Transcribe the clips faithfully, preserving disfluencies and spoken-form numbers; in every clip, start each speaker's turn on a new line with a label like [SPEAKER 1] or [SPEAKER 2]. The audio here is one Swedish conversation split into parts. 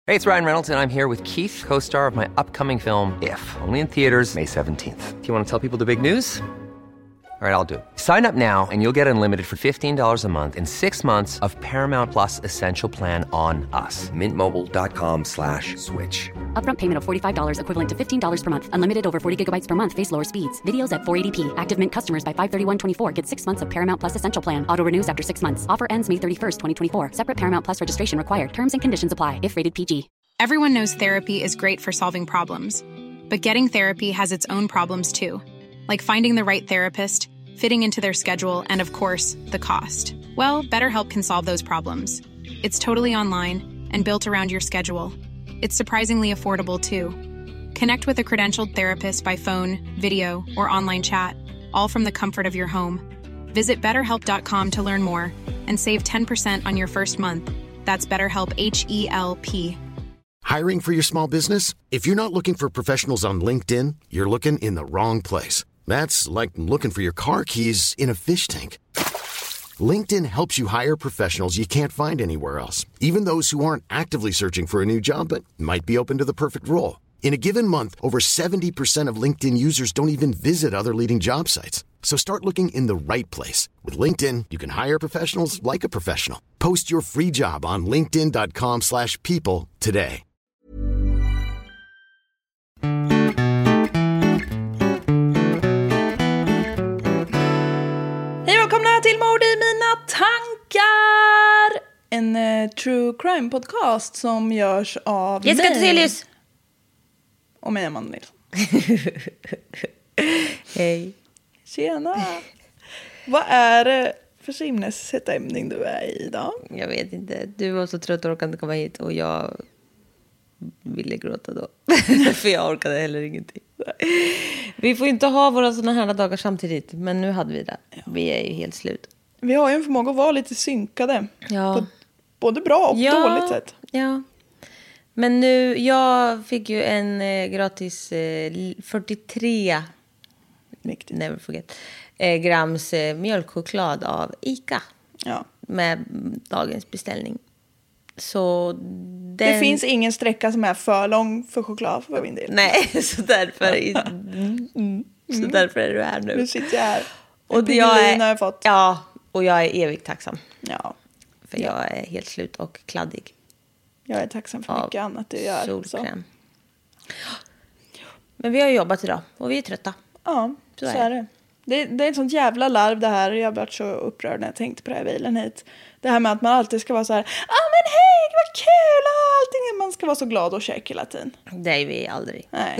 [SPEAKER 1] Hey, it's Ryan Reynolds, and I'm here with Keith, co-star of my upcoming film, If, only in theaters May seventeenth. Do you want to tell people the big news? All right, I'll do it. Sign up now and you'll get unlimited for fifteen dollars a month and six months of Paramount Plus Essential Plan on us. Mint Mobile dot com slash switch.
[SPEAKER 2] Upfront payment of forty-five dollars equivalent to fifteen dollars per month. Unlimited over forty gigabytes per month. Face lower speeds. Videos at four eighty p. Active Mint customers by five thirty-one twenty-four get six months of Paramount Plus Essential Plan. Auto renews after six months. Offer ends May thirty-first, twenty twenty-four. Separate Paramount Plus registration required. Terms and conditions apply if rated P G.
[SPEAKER 3] Everyone knows therapy is great for solving problems. But getting therapy has its own problems too. Like finding the right therapist, fitting into their schedule, and of course, the cost. Well, BetterHelp can solve those problems. It's totally online and built around your schedule. It's surprisingly affordable too. Connect with a credentialed therapist by phone, video, or online chat, all from the comfort of your home. Visit better help dot com to learn more and save ten percent on your first month. That's BetterHelp, H E L P.
[SPEAKER 4] Hiring for your small business? If you're not looking for professionals on LinkedIn, you're looking in the wrong place. That's like looking for your car keys in a fish tank. LinkedIn helps you hire professionals you can't find anywhere else, even those who aren't actively searching for a new job but might be open to the perfect role. In a given month, over seventy percent of LinkedIn users don't even visit other leading job sites. So start looking in the right place. With LinkedIn, you can hire professionals like a professional. Post your free job on linkedin dot com slash people today.
[SPEAKER 5] Till Mord i mina tankar. En uh, true crime podcast som görs av
[SPEAKER 6] Jessica Theselius
[SPEAKER 5] och mig, Amanda Nilsson.
[SPEAKER 6] Hej.
[SPEAKER 5] Tjena. Vad är det för simnesstämning du är i idag?
[SPEAKER 6] Jag vet inte. Du var så trött och orkade inte komma hit och jag ville gråta då. För jag orkade heller ingenting. Vi får inte ha våra såna här dagar samtidigt, men nu hade vi det. Ja. Vi är ju helt slut.
[SPEAKER 5] Vi har ju en förmåga att vara lite synkade.
[SPEAKER 6] Ja.
[SPEAKER 5] På både bra och
[SPEAKER 6] ja,
[SPEAKER 5] dåligt sätt.
[SPEAKER 6] Ja. Men nu, jag fick ju en eh, gratis eh, fyrtiotre
[SPEAKER 5] Viktigt.
[SPEAKER 6] Never forget, eh, grams eh, mjölkchoklad av Ica.
[SPEAKER 5] Ja.
[SPEAKER 6] Med dagens beställning. Så den...
[SPEAKER 5] Det finns ingen sträcka som är för lång för choklad för min del.
[SPEAKER 6] Nej, så därför, mm, mm, så därför är du här nu.
[SPEAKER 5] Nu sitter jag här.
[SPEAKER 6] Och det jag är,
[SPEAKER 5] har jag fått.
[SPEAKER 6] Ja, och jag är evigt tacksam.
[SPEAKER 5] Ja.
[SPEAKER 6] För jag är helt slut och kladdig.
[SPEAKER 5] Jag är tacksam för mycket annat du gör.
[SPEAKER 6] Solkräm. Så. Men vi har jobbat idag och vi är trötta.
[SPEAKER 5] Ja, så, så är, är det. det. Det är ett sånt jävla larv det här. Jag blev så upprörd när jag tänkte på det här bilen hit. Det här med att man alltid ska vara så här, ja ah, men hej, vad kul, ah, allting. Man ska vara så glad och check hela tiden.
[SPEAKER 6] Det är vi aldrig.
[SPEAKER 5] Nej.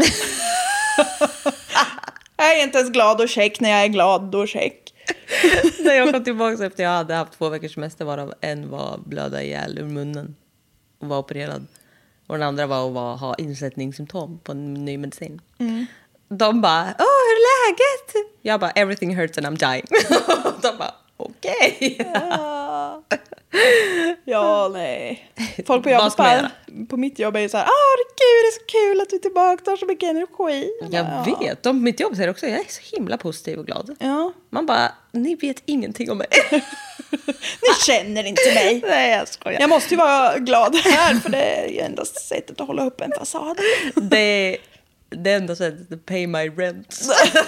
[SPEAKER 5] Jag är inte ens glad och check när jag är glad och check.
[SPEAKER 6] När jag kom tillbaka efter jag hade haft två veckors semester, varav en var blöda ihjäl ur munnen och var opererad. Och den andra var att var, ha insättningssymptom på en ny medicin. Mm. De bara, åh, hur är läget? Jag bara, everything hurts and I'm dying. De bara, okej. Okay.
[SPEAKER 5] Ja. Ja, nej. Folk på jobbet bara, på mitt jobb är ju så här, ah, gud, det är så kul att du är tillbaka, du har så mycket energi.
[SPEAKER 6] Jag ja. vet, de på mitt jobb säger också, jag är så himla positiv och glad.
[SPEAKER 5] Ja.
[SPEAKER 6] Man bara, ni vet ingenting om mig.
[SPEAKER 5] Ni känner inte mig.
[SPEAKER 6] Nej, jag skojar.
[SPEAKER 5] Jag måste ju vara glad här, för det är ju enda sättet att hålla upp en fasad.
[SPEAKER 6] Det är det enda sättet att pay my rent.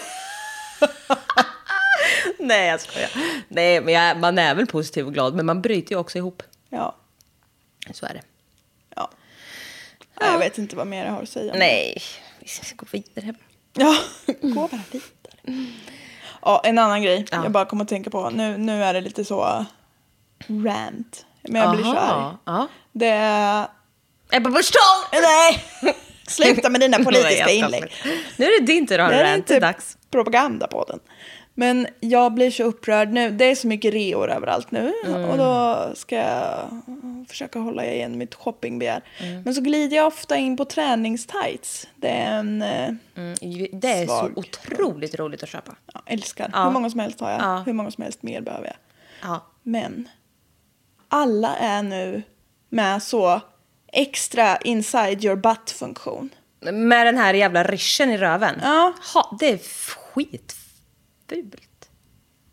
[SPEAKER 6] Nej, jag skojar. Nej, men jag, man är väl positiv och glad, men man bryter ju också ihop.
[SPEAKER 5] Ja.
[SPEAKER 6] Så är det.
[SPEAKER 5] Ja. Ja. Jag vet inte vad mer jag har att säga.
[SPEAKER 6] Nej, vi ska gå vidare här.
[SPEAKER 5] Ja, gå bara vidare. Ja, en annan grej ja. jag bara kommer att tänka på. Nu, nu är det lite så rant. Men jag Aha. blir så arg. Ja. Det är...
[SPEAKER 6] Ebba Busch Thor!
[SPEAKER 5] Nej! Sluta med dina politiska inlägg.
[SPEAKER 6] Nu är det din tur att ha rant. Det är dags.
[SPEAKER 5] Propaganda på den. Men jag blir så upprörd nu. Det är så mycket reor överallt nu. Mm. Och då ska jag försöka hålla igen mitt shoppingbegär. Mm. Men så glider jag ofta in på träningstights. Det är en mm.
[SPEAKER 6] Det är svag. Så otroligt roligt att köpa.
[SPEAKER 5] Ja, älskar. Ja. Hur många som helst har jag. Ja. Hur många som helst mer behöver jag.
[SPEAKER 6] Ja.
[SPEAKER 5] Men alla är nu med så extra inside your butt-funktion.
[SPEAKER 6] Med den här jävla rischen i röven.
[SPEAKER 5] Ja.
[SPEAKER 6] Ha, det är skit. Fult.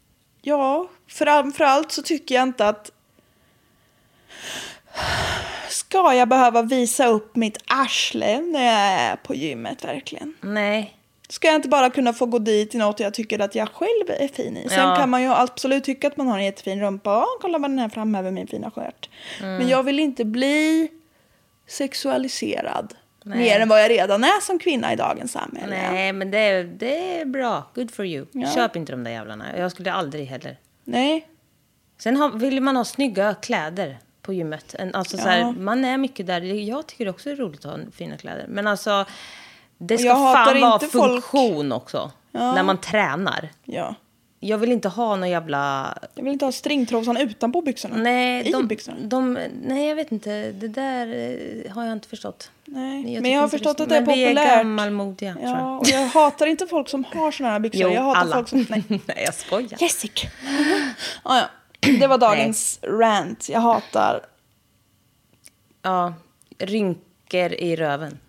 [SPEAKER 5] Ja, framförallt så tycker jag inte att ska jag behöva visa upp mitt arsle när jag är på gymmet verkligen?
[SPEAKER 6] Nej.
[SPEAKER 5] Ska jag inte bara kunna få gå dit i något jag tycker att jag själv är fin i? Sen
[SPEAKER 6] Ja.
[SPEAKER 5] kan man ju absolut tycka att man har en jättefin rumpa. Åh, kolla vad den här framme över min fina skört. Mm. Men jag vill inte bli sexualiserad. Nej. Mer än vad jag redan är som kvinna i dagens samhälle.
[SPEAKER 6] Nej, men det är, det är bra. Good for you.
[SPEAKER 5] Ja.
[SPEAKER 6] Köp inte de där jävlarna. Jag skulle aldrig heller.
[SPEAKER 5] Nej.
[SPEAKER 6] Sen har, vill man ha snygga kläder på gymmet. En, alltså
[SPEAKER 5] Ja.
[SPEAKER 6] så här, man är mycket där. Jag tycker det också är roligt att ha fina kläder. Men alltså, det ska
[SPEAKER 5] jag hatar
[SPEAKER 6] fan vara
[SPEAKER 5] inte
[SPEAKER 6] funktion
[SPEAKER 5] folk...
[SPEAKER 6] också.
[SPEAKER 5] Ja.
[SPEAKER 6] När man tränar.
[SPEAKER 5] Ja.
[SPEAKER 6] Jag vill inte ha någon jävla...
[SPEAKER 5] Jag vill inte ha stringtrosan utanpå byxorna.
[SPEAKER 6] Nej,
[SPEAKER 5] I
[SPEAKER 6] de,
[SPEAKER 5] byxorna.
[SPEAKER 6] De, nej, jag vet inte. Det där eh, har jag inte förstått.
[SPEAKER 5] Nej.
[SPEAKER 6] Jag
[SPEAKER 5] men jag har
[SPEAKER 6] inte
[SPEAKER 5] förstått
[SPEAKER 6] det,
[SPEAKER 5] att det är populärt.
[SPEAKER 6] Men vi är gammalmodiga,
[SPEAKER 5] ja,
[SPEAKER 6] tror jag.
[SPEAKER 5] och jag hatar inte folk som har såna här byxor.
[SPEAKER 6] Jo,
[SPEAKER 5] jag hatar
[SPEAKER 6] alla.
[SPEAKER 5] folk som... Nej,
[SPEAKER 6] nej jag skojar.
[SPEAKER 5] Jessica. ah, ja. Det var dagens rant. Jag hatar...
[SPEAKER 6] Ja, rynkor i röven.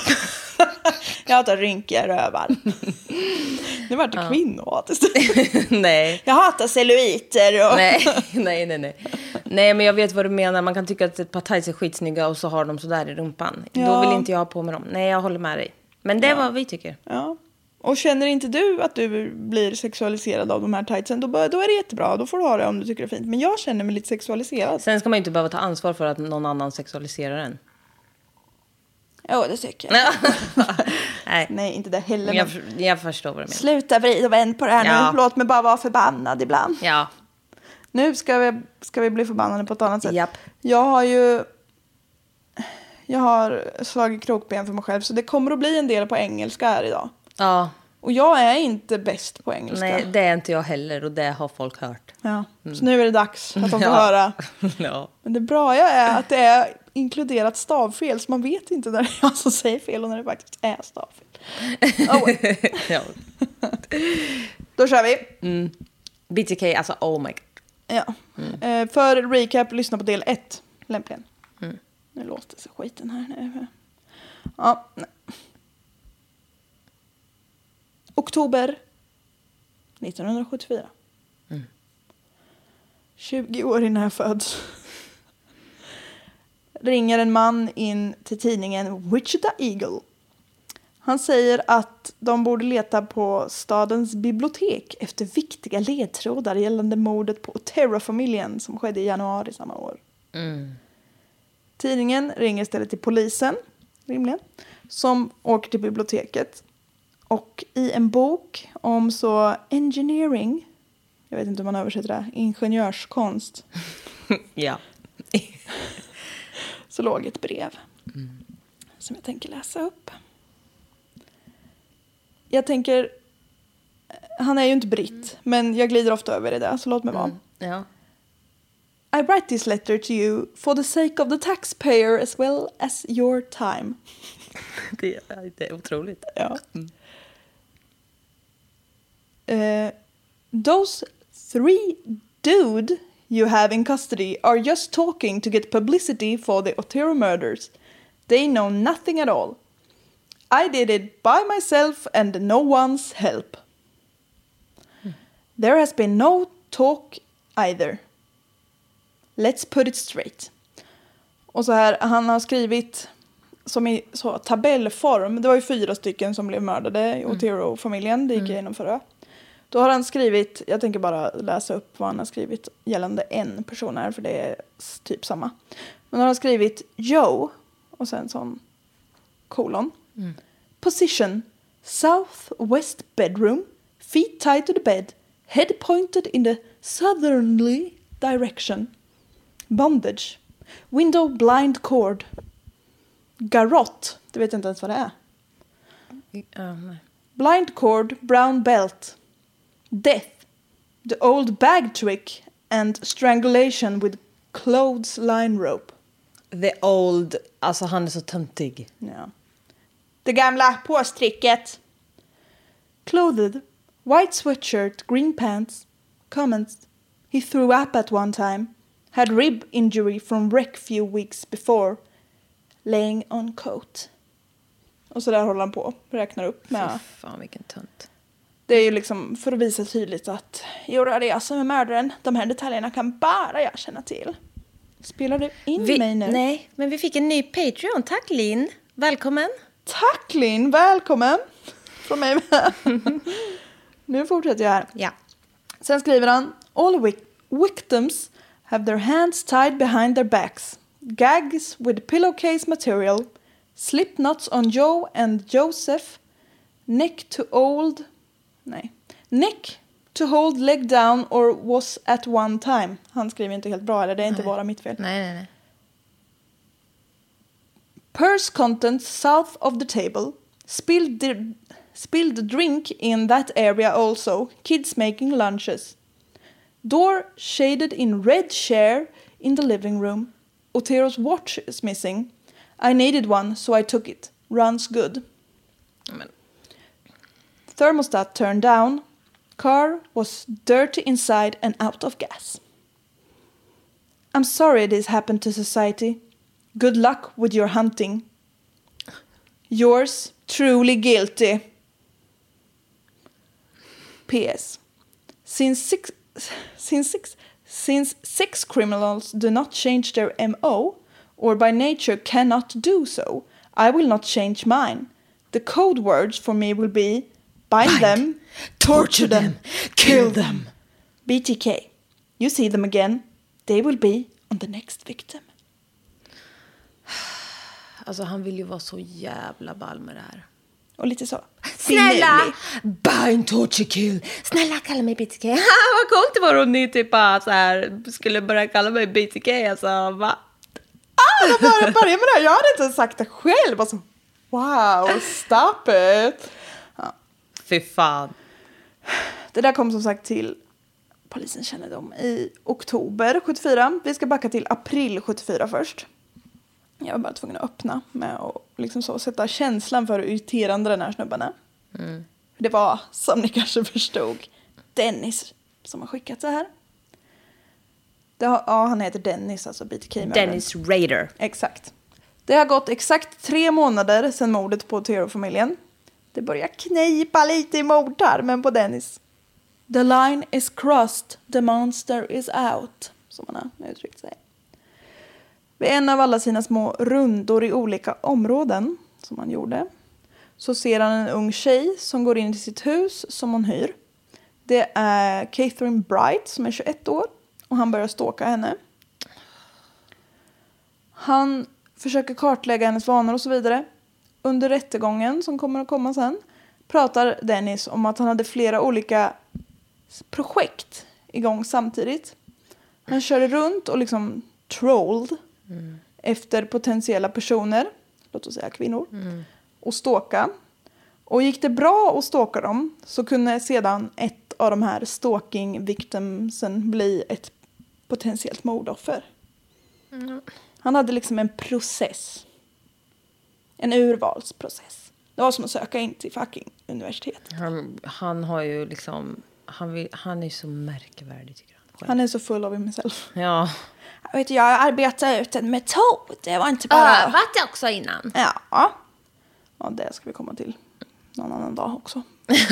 [SPEAKER 5] Jag hatar rynkiga rövar. Nu var det ja. Kvinnohatiskt.
[SPEAKER 6] Nej.
[SPEAKER 5] Jag hatar celluliter. Och...
[SPEAKER 6] nej, nej, nej, nej. Nej, men jag vet vad du menar. Man kan tycka att ett par tights är skitsnygga och så har de sådär i rumpan. Ja. Då vill inte jag ha på med dem. Nej, jag håller med dig. Men det är ja. vad vi tycker.
[SPEAKER 5] Ja. Och känner inte du att du blir sexualiserad av de här tightsen, då, då är det jättebra. Då får du ha det om du tycker det är fint. Men jag känner mig lite sexualiserad.
[SPEAKER 6] Sen ska man ju inte behöva ta ansvar för att någon annan sexualiserar en.
[SPEAKER 5] Ja, det tycker jag.
[SPEAKER 6] Nej.
[SPEAKER 5] Nej, inte det heller.
[SPEAKER 6] Jag, jag förstår vad du menar.
[SPEAKER 5] Sluta vrid och vänd på det här
[SPEAKER 6] ja.
[SPEAKER 5] nu. Låt mig bara vara förbannad ibland.
[SPEAKER 6] Ja.
[SPEAKER 5] Nu ska vi, ska vi bli förbannade på ett annat sätt.
[SPEAKER 6] Japp.
[SPEAKER 5] Jag har ju... Jag har slagit krokben för mig själv. Så det kommer att bli en del på engelska här idag.
[SPEAKER 6] Ja.
[SPEAKER 5] Och jag är inte bäst på engelska.
[SPEAKER 6] Nej, det är inte jag heller. Och det har folk hört.
[SPEAKER 5] Ja, mm. Så nu är det dags att de får
[SPEAKER 6] ja.
[SPEAKER 5] höra.
[SPEAKER 6] Ja.
[SPEAKER 5] Men det bra är att det är inkluderat stavfel. Så man vet inte när det är jag som säger fel och när det faktiskt är stavfel. Oh.
[SPEAKER 6] ja.
[SPEAKER 5] Då kör vi.
[SPEAKER 6] Mm. B T K, alltså oh my god.
[SPEAKER 5] Ja. Mm. Eh, för recap, lyssna på del ett. Lämpligen. Mm. Nu låter sig skiten här nu. Ja, nej. Oktober nittonhundrasjuttiofyra. Mm. tjugo år innan jag föds. Ringer en man in till tidningen Wichita Eagle. Han säger att de borde leta på stadens bibliotek efter viktiga ledtrådar gällande mordet på Otero-familjen som skedde i januari samma år. Mm. Tidningen ringer istället till polisen, rimligen, som åker till biblioteket. Och i en bok om så engineering, jag vet inte om man översätter det, ingenjörskonst.
[SPEAKER 6] ja.
[SPEAKER 5] Så låg ett brev mm. som jag tänker läsa upp. Jag tänker, han är ju inte britt, men jag glider ofta över i det, så låt mig vara.
[SPEAKER 6] Mm. Ja.
[SPEAKER 5] I write this letter to you for the sake of the taxpayer as well as your time.
[SPEAKER 6] det, är, det är otroligt.
[SPEAKER 5] Ja. Mm. Uh, those three dude you have in custody are just talking to get publicity for the Otero murders. They know nothing at all. I did it by myself and no one's help. Hmm. There has been no talk either. Let's put it straight. Och så här, han har skrivit som i så tabellform. Det var ju fyra stycken som blev mördade i Otero-familjen. Det gick jag igenom förra. Då har han skrivit, jag tänker bara läsa upp vad han har skrivit gällande en person här, för det är typ samma. Men han har skrivit Joe och sen sån kolon. Mm. Position, south west bedroom, feet tied to the bed, head pointed in the southerly direction. Bondage, window blind cord. Garrot, det vet jag inte ens vad det är.
[SPEAKER 6] Um.
[SPEAKER 5] Blind cord, brown belt. Death, the old bag trick and strangulation with clothesline rope.
[SPEAKER 6] The old, alltså han är så töntig.
[SPEAKER 5] Ja. Det gamla påstricket. Clothed, white sweatshirt, green pants. Comments, he threw up at one time. Had rib injury from wreck few weeks before. Laying on coat. Och så där håller han på. Räknar upp med.
[SPEAKER 6] Fy fan vilken tönt.
[SPEAKER 5] Det är ju liksom för att visa tydligt att jo, det är jag som är mördaren. De här detaljerna kan bara jag känna till. Spelar du in
[SPEAKER 6] vi,
[SPEAKER 5] mig nu?
[SPEAKER 6] Nej, men vi fick en ny Patreon. Tack Linn. Välkommen.
[SPEAKER 5] Tack Linn, välkommen. Från mig med. Nu fortsätter jag här.
[SPEAKER 6] Ja.
[SPEAKER 5] Sen skriver han. All wic- victims have their hands tied behind their backs. Gags with pillowcase material. Slip knots on Joe and Joseph. Neck to old... Nej. Neck to hold leg down or was at one time. Han skriver inte helt bra, eller det är inte
[SPEAKER 6] nej.
[SPEAKER 5] bara mitt fel.
[SPEAKER 6] Nej, nej, nej.
[SPEAKER 5] Purse contents south of the table. Spilled, the, spilled the drink in that area also. Kids making lunches. Door shaded in red chair in the living room. Otero's watch is missing. I needed one, so I took it. Runs good.
[SPEAKER 6] Men.
[SPEAKER 5] Thermostat turned down. Car was dirty inside and out of gas. I'm sorry this happened to society. Good luck with your hunting. Yours, truly guilty. P S. Since six, since six, since six criminals do not change their M O, or by nature cannot do so, I will not change mine. The code words for me will be bind, bind them, torture them, kill them. B T K. You see them again. They will be on the next victim.
[SPEAKER 6] Alltså han vill ju vara så jävla ball med det här.
[SPEAKER 5] Och lite så.
[SPEAKER 6] Snälla! Bind, torture, kill. Snälla, kalla mig B T K. Vad coolt det var om ni typ bara så här skulle börja kalla mig B T K. Alltså, va?
[SPEAKER 5] Ah, jag började börja med det här. Jag hade inte sagt det själv. Alltså, wow, stop it. Ja.
[SPEAKER 6] Fy fan.
[SPEAKER 5] Det där kom som sagt till polisen kännedom i oktober sjuttiofyra. Vi ska backa till april sjuttiofyra först. Jag var bara tvungen att öppna med att liksom så sätta känslan för hur irriterande den här snubben är. Mm. Det var, som ni kanske förstod, Dennis som har skickat det här. Det har, ja, han heter Dennis, alltså B T K.
[SPEAKER 6] Dennis Rader.
[SPEAKER 5] Exakt. Det har gått exakt tre månader sedan mordet på Otero-familjen. Det börjar knipa lite i mordtarmen på Dennis. The line is crossed, the monster is out, som han har uttryckt sig. Vid en av alla sina små rundor i olika områden som han gjorde så ser han en ung tjej som går in i sitt hus som hon hyr. Det är Catherine Bright som är tjugoett år och han börjar stalka henne. Han försöker kartlägga hennes vanor och så vidare. Under rättegången som kommer att komma sen pratar Dennis om att han hade flera olika projekt igång samtidigt. Han körde runt och liksom trolled mm. efter potentiella personer, låt oss säga kvinnor, mm. och stalka. Och gick det bra att stalka dem så kunde sedan ett av de här stalking victimsen bli ett potentiellt mordoffer. Mm. Han hade liksom en process. En urvalsprocess. Det var som att söka in till fucking universitet.
[SPEAKER 6] Han, han har ju liksom, han, vill, han är så märkvärdig tycker jag.
[SPEAKER 5] Han är så full av himself.
[SPEAKER 6] Ja.
[SPEAKER 5] Jag vet, jag arbetade ut en metod. Det var inte bara...
[SPEAKER 6] Övat det också innan.
[SPEAKER 5] Ja. Ja, det ska vi komma till någon annan dag också.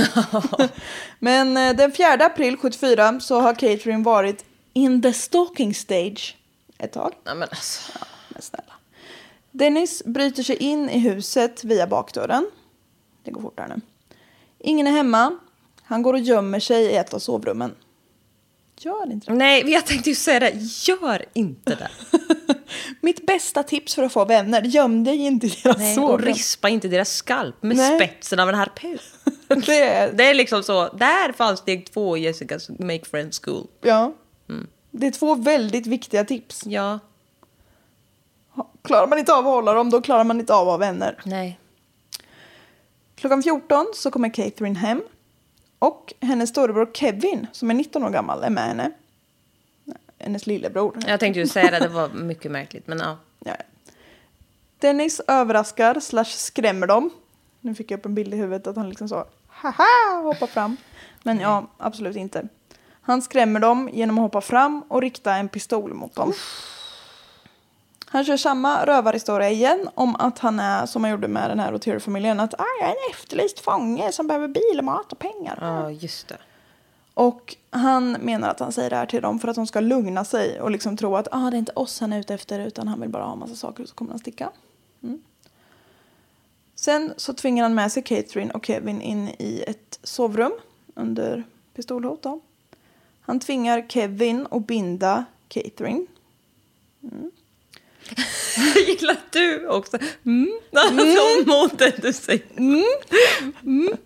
[SPEAKER 5] Men eh, den fjärde april sjuttiofyra så har Catherine varit in the stalking stage ett tag.
[SPEAKER 6] Ja, men alltså.
[SPEAKER 5] Ja, men snälla. Dennis bryter sig in i huset via bakdörren. Det går fortare nu. Ingen är hemma. Han går och gömmer sig i ett av sovrummen. Gör inte det.
[SPEAKER 6] Nej, jag tänkte ju säga det. Gör inte det.
[SPEAKER 5] Mitt bästa tips för att få vänner. Göm dig inte i deras
[SPEAKER 6] Nej,
[SPEAKER 5] sovrum.
[SPEAKER 6] och rispa inte deras skalp med
[SPEAKER 5] Nej.
[SPEAKER 6] spetsen av en harpun.
[SPEAKER 5] det, är...
[SPEAKER 6] det är liksom så. Där fanns steg två i Jessica's Make Friends School.
[SPEAKER 5] Ja.
[SPEAKER 6] Mm.
[SPEAKER 5] Det är två väldigt viktiga tips.
[SPEAKER 6] Ja.
[SPEAKER 5] Klarar man inte av att hålla dem, då klarar man inte av att ha vänner.
[SPEAKER 6] Nej.
[SPEAKER 5] Klockan fjorton så kommer Catherine hem. Och hennes storebror Kevin, som är nitton år gammal, är med henne. Hennes lillebror.
[SPEAKER 6] Jag tänkte ju säga det, det var mycket märkligt, men ja.
[SPEAKER 5] ja. Dennis överraskar slash skrämmer dem. Nu fick jag upp en bild i huvudet att han liksom så, haha, hoppar fram. Men ja, absolut inte. Han skrämmer dem genom att hoppa fram och rikta en pistol mot dem. Han kör samma rövarhistoria igen om att han är, som han gjorde med den här Otero-familjen, att ah, jag är en efterlyst fånge som behöver bil, mat och pengar.
[SPEAKER 6] Ja, just det.
[SPEAKER 5] Och han menar att han säger det här till dem för att de ska lugna sig och liksom tro att ah, det är inte oss han är ute efter utan han vill bara ha en massa saker och så kommer han sticka. Mm. Sen så tvingar han med sig Catherine och Kevin in i ett sovrum under pistolhot då. Han tvingar Kevin att binda Catherine. Mm.
[SPEAKER 6] Jag gillar att du också. Mm. Alltså mot det du säger.
[SPEAKER 5] Mm. Mm.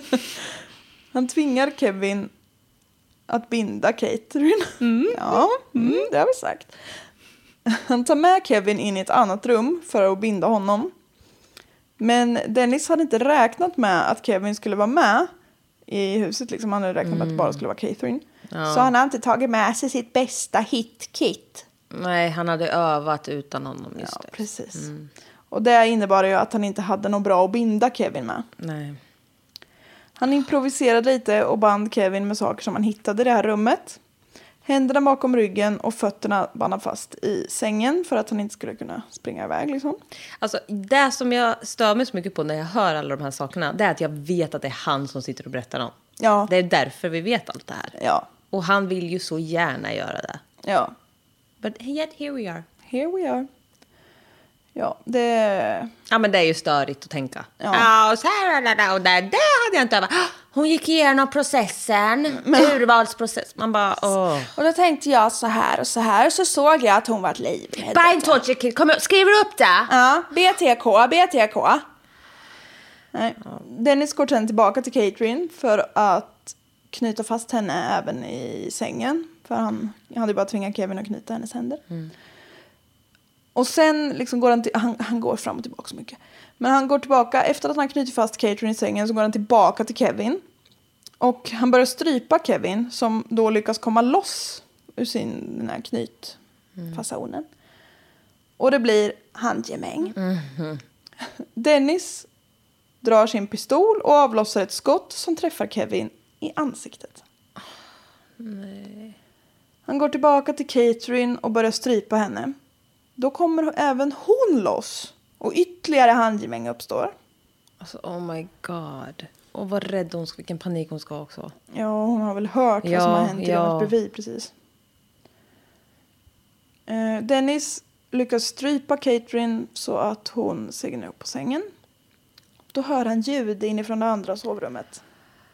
[SPEAKER 5] Han tvingar Kevin att binda Catherine. Mm. Ja, mm, det har vi sagt. Han tar med Kevin in i ett annat rum för att binda honom. Men Dennis hade inte räknat med att Kevin skulle vara med i huset. Liksom. Han hade räknat med att det bara skulle vara Catherine. Ja. Så han har inte tagit med sig sitt bästa hit-kit.
[SPEAKER 6] Nej, han hade övat utan honom just
[SPEAKER 5] ja,
[SPEAKER 6] det.
[SPEAKER 5] Precis.
[SPEAKER 6] Mm.
[SPEAKER 5] Och det innebar ju att han inte hade något bra att binda Kevin med.
[SPEAKER 6] Nej.
[SPEAKER 5] Han improviserade lite och band Kevin med saker som han hittade i det här rummet. Händerna bakom ryggen och fötterna band han fast i sängen för att han inte skulle kunna springa iväg. Liksom.
[SPEAKER 6] Alltså, det som jag stör mig så mycket på när jag hör alla de här sakerna, det är att jag vet att det är han som sitter och berättar om.
[SPEAKER 5] Ja.
[SPEAKER 6] Det är därför vi vet allt det här.
[SPEAKER 5] Ja.
[SPEAKER 6] Och han vill ju så gärna göra det.
[SPEAKER 5] Ja.
[SPEAKER 6] But yet here we are.
[SPEAKER 5] Here we are. Ja, det...
[SPEAKER 6] Ja, men det är ju störigt att tänka.
[SPEAKER 5] Ja.
[SPEAKER 6] Ja, och så här och där, det hade jag inte övat. Hon gick igenom processen, men... urvalsprocess. Man bara, åh.
[SPEAKER 5] Och då tänkte jag så här och så här, så såg jag att hon var livrädd.
[SPEAKER 6] Bara en torture kid, kom skriver du upp det?
[SPEAKER 5] Ja, B T K, B T K. Nej. Ja. Dennis går sen tillbaka till Catherine för att knyta fast henne även i sängen. För han hade bara tvingat Kevin att knyta hennes händer. Mm. Och sen liksom går han, till, han, han går fram och tillbaka så mycket. Men han går tillbaka, efter att han knyter fast Catherine i sängen så går han tillbaka till Kevin. Och han börjar strypa Kevin som då lyckas komma loss ur sin den här knytfasonen. Mm. Och det blir handgemäng. Mm. Dennis drar sin pistol och avlossar ett skott som träffar Kevin i ansiktet.
[SPEAKER 6] Nej.
[SPEAKER 5] Han går tillbaka till Catherine och börjar strypa henne. Då kommer även hon loss. Och ytterligare handgemäng uppstår.
[SPEAKER 6] Alltså, oh my god. Och vad rädd hon ska, vilken panik hon ska också.
[SPEAKER 5] Ja, hon har väl hört
[SPEAKER 6] ja,
[SPEAKER 5] vad som har hänt i
[SPEAKER 6] ja.
[SPEAKER 5] rummet bredvid, precis. Eh, Dennis lyckas strypa Catherine så att hon segnar upp på sängen. Då hör han ljud inifrån det andra sovrummet.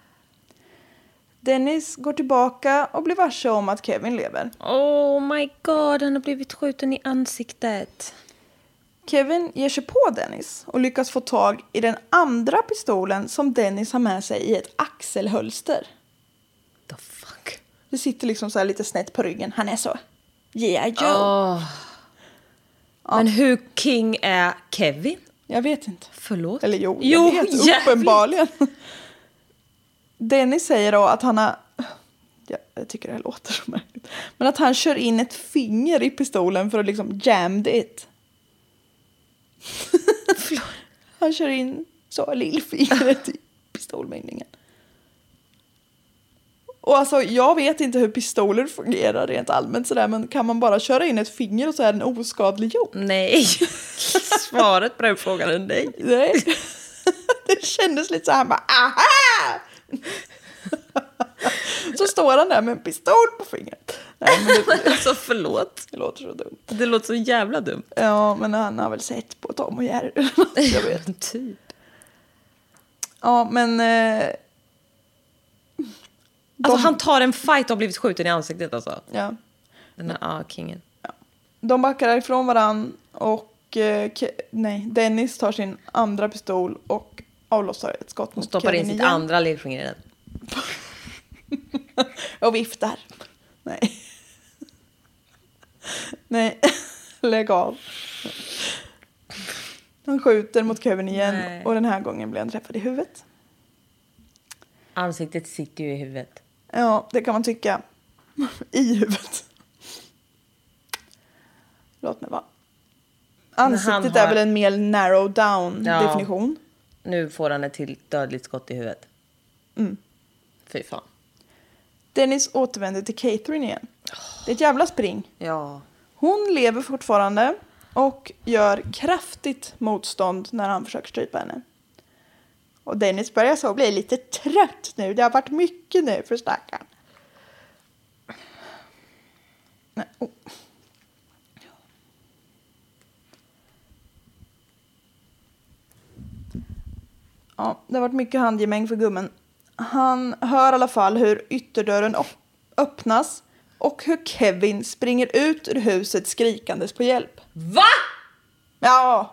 [SPEAKER 5] Dennis går tillbaka och blir varse om att Kevin lever.
[SPEAKER 6] Oh my god, han har blivit skjuten i ansiktet.
[SPEAKER 5] Kevin ger sig på Dennis och lyckas få tag i den andra pistolen som Dennis har med sig i ett axelhölster.
[SPEAKER 6] The fuck?
[SPEAKER 5] Det sitter liksom så här lite snett på ryggen. Han är så. Yeah, Joe.
[SPEAKER 6] Oh. Ja. Men hur king är Kevin?
[SPEAKER 5] Jag vet inte.
[SPEAKER 6] Förlåt?
[SPEAKER 5] Eller jo,
[SPEAKER 6] jo
[SPEAKER 5] jag vet.
[SPEAKER 6] Jävligt.
[SPEAKER 5] Uppenbarligen. Dennis säger då att han har... Ja, jag tycker det här låter så märkligt. Men att han kör in ett finger i pistolen för att liksom jam it. Han kör in så lillfingret i pistolmynningen. Och alltså, jag vet inte hur pistoler fungerar rent allmänt sådär, men kan man bara köra in ett finger och så är den oskadliggjord?
[SPEAKER 6] Nej. Svaret på den frågan är nej.
[SPEAKER 5] Nej. Det kändes lite så här bara, aha! Så står han där med en pistol på fingret. Nej, men det,
[SPEAKER 6] alltså förlåt.
[SPEAKER 5] Det låter så dumt.
[SPEAKER 6] Det låter så jävla dumt.
[SPEAKER 5] Ja, men han har väl sett på Tom och Jerry. Jag vet.
[SPEAKER 6] Typ.
[SPEAKER 5] Ja, men... Eh,
[SPEAKER 6] de, alltså han tar en fight och har blivit skjuten i ansiktet alltså.
[SPEAKER 5] Ja.
[SPEAKER 6] Den här ah, kingen.
[SPEAKER 5] Ja. De backar ifrån varann och eh, ke- nej, Dennis tar sin andra pistol och avlossar ett skott mot Kevin.
[SPEAKER 6] Och stoppar in sitt
[SPEAKER 5] igen.
[SPEAKER 6] andra lillfinger i den.
[SPEAKER 5] Och viftar. Nej. Nej, lägg av. Han skjuter mot Kevin igen. Nej. Och den här gången blir han träffad i huvudet.
[SPEAKER 6] Ansiktet sitter ju i huvudet.
[SPEAKER 5] Ja, det kan man tycka. I huvudet. Låt mig vara. Ansiktet har... är väl en mer narrow down ja. definition.
[SPEAKER 6] Nu får han ett till dödligt skott i huvudet.
[SPEAKER 5] Mm.
[SPEAKER 6] Fy fan.
[SPEAKER 5] Dennis återvänder till Catherine igen. Det är ett jävla spring.
[SPEAKER 6] Ja.
[SPEAKER 5] Hon lever fortfarande och gör kraftigt motstånd när han försöker strypa henne. Och Dennis börjar så bli lite trött nu. Det har varit mycket nu för stackaren. Nej. Oh. Ja, det har varit mycket handgemäng för gummen. Han hör i alla fall hur ytterdörren öppnas och hur Kevin springer ut ur huset skrikandes på hjälp.
[SPEAKER 6] Va?
[SPEAKER 5] Ja.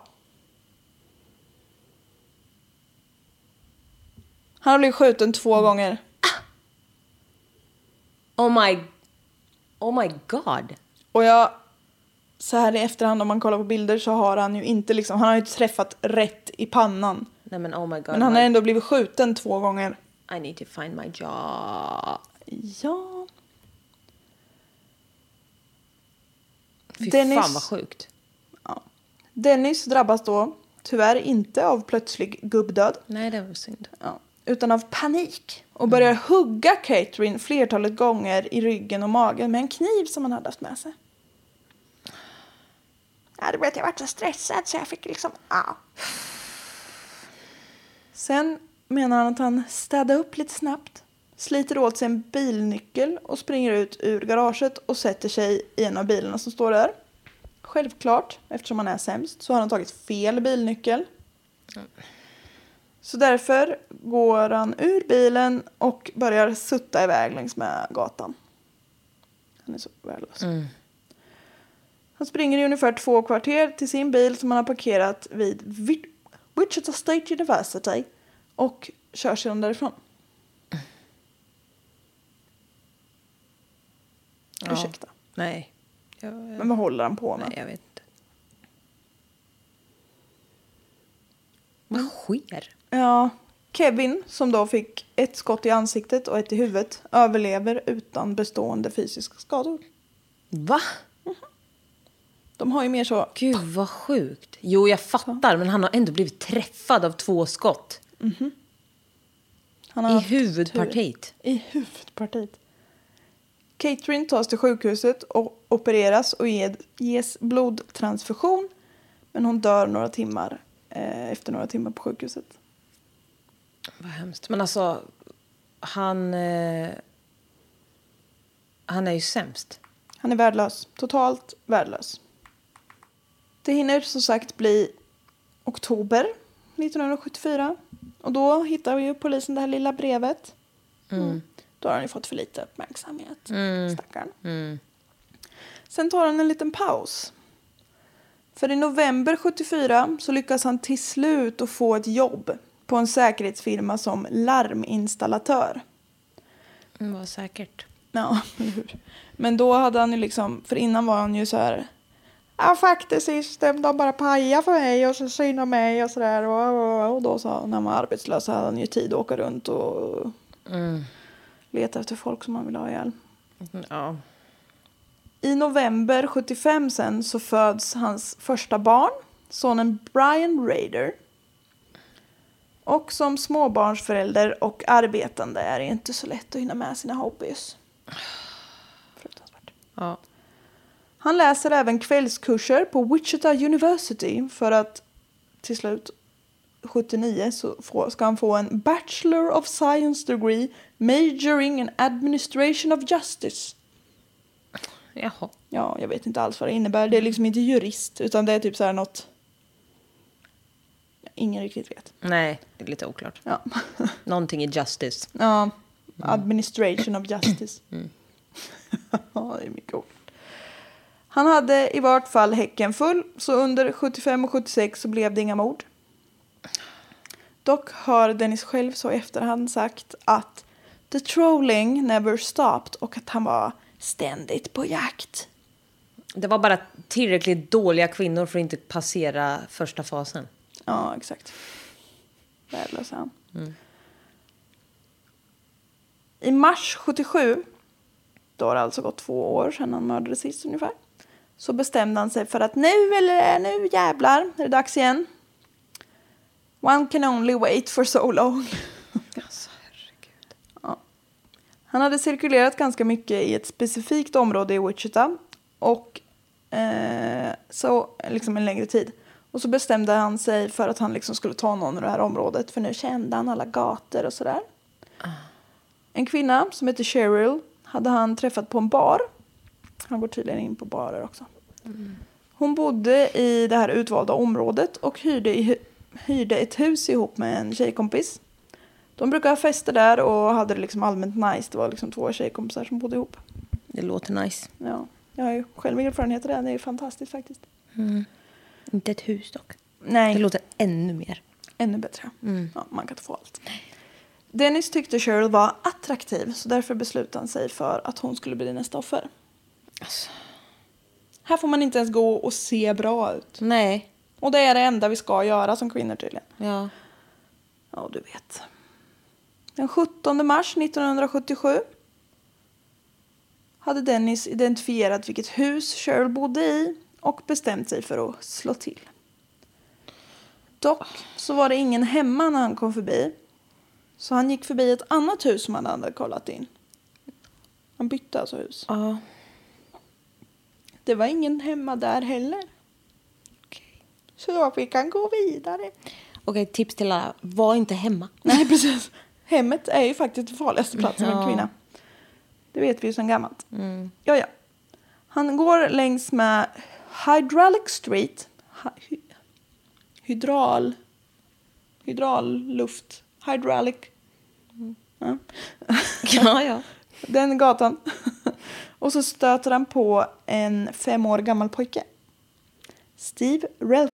[SPEAKER 5] Han har blivit skjuten två gånger.
[SPEAKER 6] Oh my... Oh my god.
[SPEAKER 5] Och jag... Så här i efterhand om man kollar på bilder så har han ju inte liksom... Han har ju inte träffat rätt i pannan.
[SPEAKER 6] Nej men oh my god.
[SPEAKER 5] Men han har ändå blivit skjuten två gånger.
[SPEAKER 6] I need to find my job.
[SPEAKER 5] Ja.
[SPEAKER 6] Fy
[SPEAKER 5] Dennis,
[SPEAKER 6] fan vad sjukt.
[SPEAKER 5] Ja. Dennis drabbas då tyvärr inte av plötslig gubbdöd.
[SPEAKER 6] Nej, det var synd.
[SPEAKER 5] Ja. Utan av panik. Och börjar mm. hugga Catherine flertalet gånger i ryggen och magen med en kniv som han hade haft med sig. Ja, det vet jag var så stressad så jag fick liksom... Ja. Sen menar han att han städar upp lite snabbt. Sliter åt sig en bilnyckel och springer ut ur garaget och sätter sig i en av bilarna som står där. Självklart, eftersom han är sämst, så har han tagit fel bilnyckel. Mm. Så därför går han ur bilen och börjar sutta iväg längs med gatan. Han är så värdelös. Mm. Han springer i ungefär två kvarter till sin bil som han har parkerat vid Wichita State University och kör sedan därifrån. Ja. Ursäkta.
[SPEAKER 6] Nej. Jag, jag...
[SPEAKER 5] Men vad håller han på med?
[SPEAKER 6] Nej, jag vet inte. Vad sker?
[SPEAKER 5] Ja, Kevin som då fick ett skott i ansiktet och ett i huvudet överlever utan bestående fysiska skador.
[SPEAKER 6] Va?
[SPEAKER 5] Mm-hmm. De har ju mer så...
[SPEAKER 6] Gud vad sjukt. Jo, jag fattar, så. Men han har ändå blivit träffad av två skott.
[SPEAKER 5] Mm-hmm. Han
[SPEAKER 6] har I huvudpartiet.
[SPEAKER 5] I huvudpartiet. Catherine tas till sjukhuset och opereras och ges blodtransfusion. Men hon dör några timmar eh, efter några timmar på sjukhuset.
[SPEAKER 6] Vad hemskt. Men alltså, han, eh, han är ju sämst.
[SPEAKER 5] Han är värdelös. Totalt värdelös. Det hinner som sagt bli oktober nittonhundrasjuttiofyra. Och då hittar ju polisen det här lilla brevet. Mm. Mm. Då har han ju fått för lite uppmärksamhet. Mm. Stackarn. Mm. Sen tar han en liten paus. För i november sjuttiofyra så lyckas han till slut att få ett jobb på en säkerhetsfirma som larminstallatör.
[SPEAKER 6] Mm, vad säkert.
[SPEAKER 5] Ja, hur? Men då hade han ju liksom, för innan var han ju så här, ja faktiskt system, de bara pajar för mig och så synar mig och sådär. Och, och då så, när han var arbetslös så hade han ju tid att åka runt och mm. leta efter folk som han ville ha ihjäl.
[SPEAKER 6] Ja.
[SPEAKER 5] I november sjuttiofem sen så föds hans första barn, sonen Brian Rader. Och som småbarnsförälder och arbetande är det inte så lätt att hinna med sina hobbys. Fruktansvärt.
[SPEAKER 6] Ja.
[SPEAKER 5] Han läser även kvällskurser på Wichita University för att till slut sjuttionio så få, ska han få en Bachelor of Science degree majoring in Administration of Justice.
[SPEAKER 6] Jaha.
[SPEAKER 5] Ja, jag vet inte alls vad det innebär. Det är liksom inte jurist utan det är typ så här något... Ingen riktigt vet.
[SPEAKER 6] Nej, det är lite oklart.
[SPEAKER 5] Ja.
[SPEAKER 6] Någonting i justice.
[SPEAKER 5] Ja, mm. Administration of justice. Mm. Ja, det är mycket oklart. Han hade i vart fall häcken full. Så under sjuttiofem och sjuttiosex så blev det inga mord. Dock har Dennis själv så i efterhand sagt att the trolling never stopped och att han var ständigt på jakt.
[SPEAKER 6] Det var bara tillräckligt dåliga kvinnor för att inte passera första fasen.
[SPEAKER 5] Ja, exakt. Värdelös han. Mm. I mars sjuttiosju, då har det alltså gått två år sedan han mördade sist ungefär, så bestämde han sig för att nu eller nu jävlar är det dags igen. One can only wait for so long.
[SPEAKER 6] Alltså, herregud.
[SPEAKER 5] Ja. Han hade cirkulerat ganska mycket i ett specifikt område i Wichita och eh, så liksom en längre tid. Och så bestämde han sig för att han liksom skulle ta någon i det här området. För nu kände han alla gator och sådär. Uh. En kvinna som heter Cheryl hade han träffat på en bar. Han går tydligen in på barer också. Mm. Hon bodde i det här utvalda området och hyrde, i, hyrde ett hus ihop med en tjejkompis. De brukade ha fester där och hade det liksom allmänt nice. Det var liksom två tjejkompisar som bodde ihop.
[SPEAKER 6] Det låter nice.
[SPEAKER 5] Ja, jag har ju själv erfarenhet av det. Det är fantastiskt faktiskt.
[SPEAKER 6] Mm. Inte ett hus dock.
[SPEAKER 5] Nej.
[SPEAKER 6] Det låter ännu mer.
[SPEAKER 5] Ännu bättre.
[SPEAKER 6] Mm.
[SPEAKER 5] Ja, man kan inte få allt. Dennis tyckte Cheryl var attraktiv. Så därför beslutade han sig för att hon skulle bli nästa offer.
[SPEAKER 6] Alltså.
[SPEAKER 5] Här får man inte ens gå och se bra ut.
[SPEAKER 6] Nej.
[SPEAKER 5] Och det är det enda vi ska göra som kvinnor tydligen.
[SPEAKER 6] Ja.
[SPEAKER 5] Ja, du vet. Den sjuttonde mars nittonhundrasjuttiosju hade Dennis identifierat vilket hus Cheryl bodde i och bestämt sig för att slå till. Dock så var det ingen hemma när han kom förbi. Så han gick förbi ett annat hus som han hade kollat in. Han bytte alltså hus.
[SPEAKER 6] Ja.
[SPEAKER 5] Det var ingen hemma där heller.
[SPEAKER 6] Okay.
[SPEAKER 5] Så då fick han gå vidare.
[SPEAKER 6] Okej, tips till alla. Var inte hemma.
[SPEAKER 5] Nej, precis. Hemmet är ju faktiskt den farligaste platsen för en kvinna. Det vet vi ju sedan gammalt.
[SPEAKER 6] Mm.
[SPEAKER 5] Ja, ja. Han går längs med Hydraulic Street. Hy- hydral. Hydralluft. Hydraulic.
[SPEAKER 6] Mm.
[SPEAKER 5] Ja.
[SPEAKER 6] ja, ja.
[SPEAKER 5] Den gatan. Och så stöter han på en fem år gammal pojke. Steve Relf.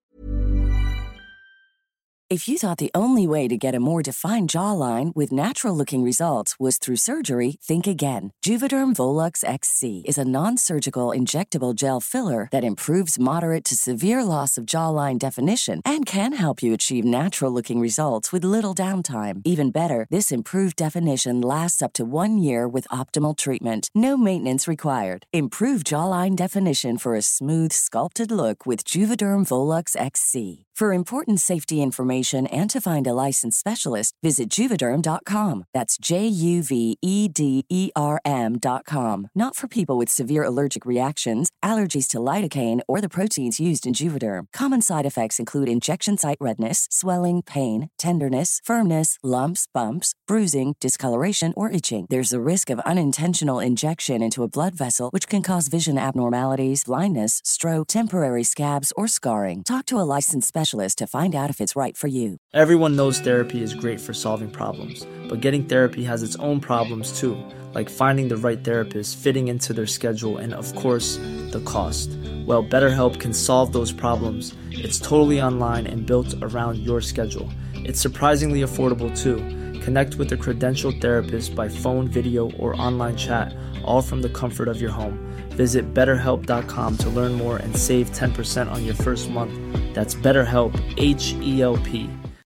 [SPEAKER 7] If you thought the only way to get a more defined jawline with natural-looking results was through surgery, think again. Juvederm Volux X C is a non-surgical injectable gel filler that improves moderate to severe loss of jawline definition and can help you achieve natural-looking results with little downtime. Even better, this improved definition lasts up to one year with optimal treatment. No maintenance required. Improve jawline definition for a smooth, sculpted look with Juvederm Volux X C. For important safety information and to find a licensed specialist, visit Juvederm dot com. That's J U V E D E R M dot com. Not for people with severe allergic reactions, allergies to lidocaine, or the proteins used in Juvederm. Common side effects include injection site redness, swelling, pain, tenderness, firmness, lumps, bumps, bruising, discoloration, or itching. There's a risk of unintentional injection into a blood vessel, which can cause vision abnormalities, blindness, stroke, temporary scabs, or scarring. Talk to a licensed specialist to find out if it's right for you.
[SPEAKER 8] Everyone knows therapy is great for solving problems, but getting therapy has its own problems too, like finding the right therapist, fitting into their schedule, and of course, the cost. Well, BetterHelp can solve those problems. It's totally online and built around your schedule. It's surprisingly affordable too. Connect with a credentialed therapist by phone, video, or online chat, all from the comfort of your home. Visit better help dot com to learn more and save ten percent on your first month. That's BetterHelp, H E L P.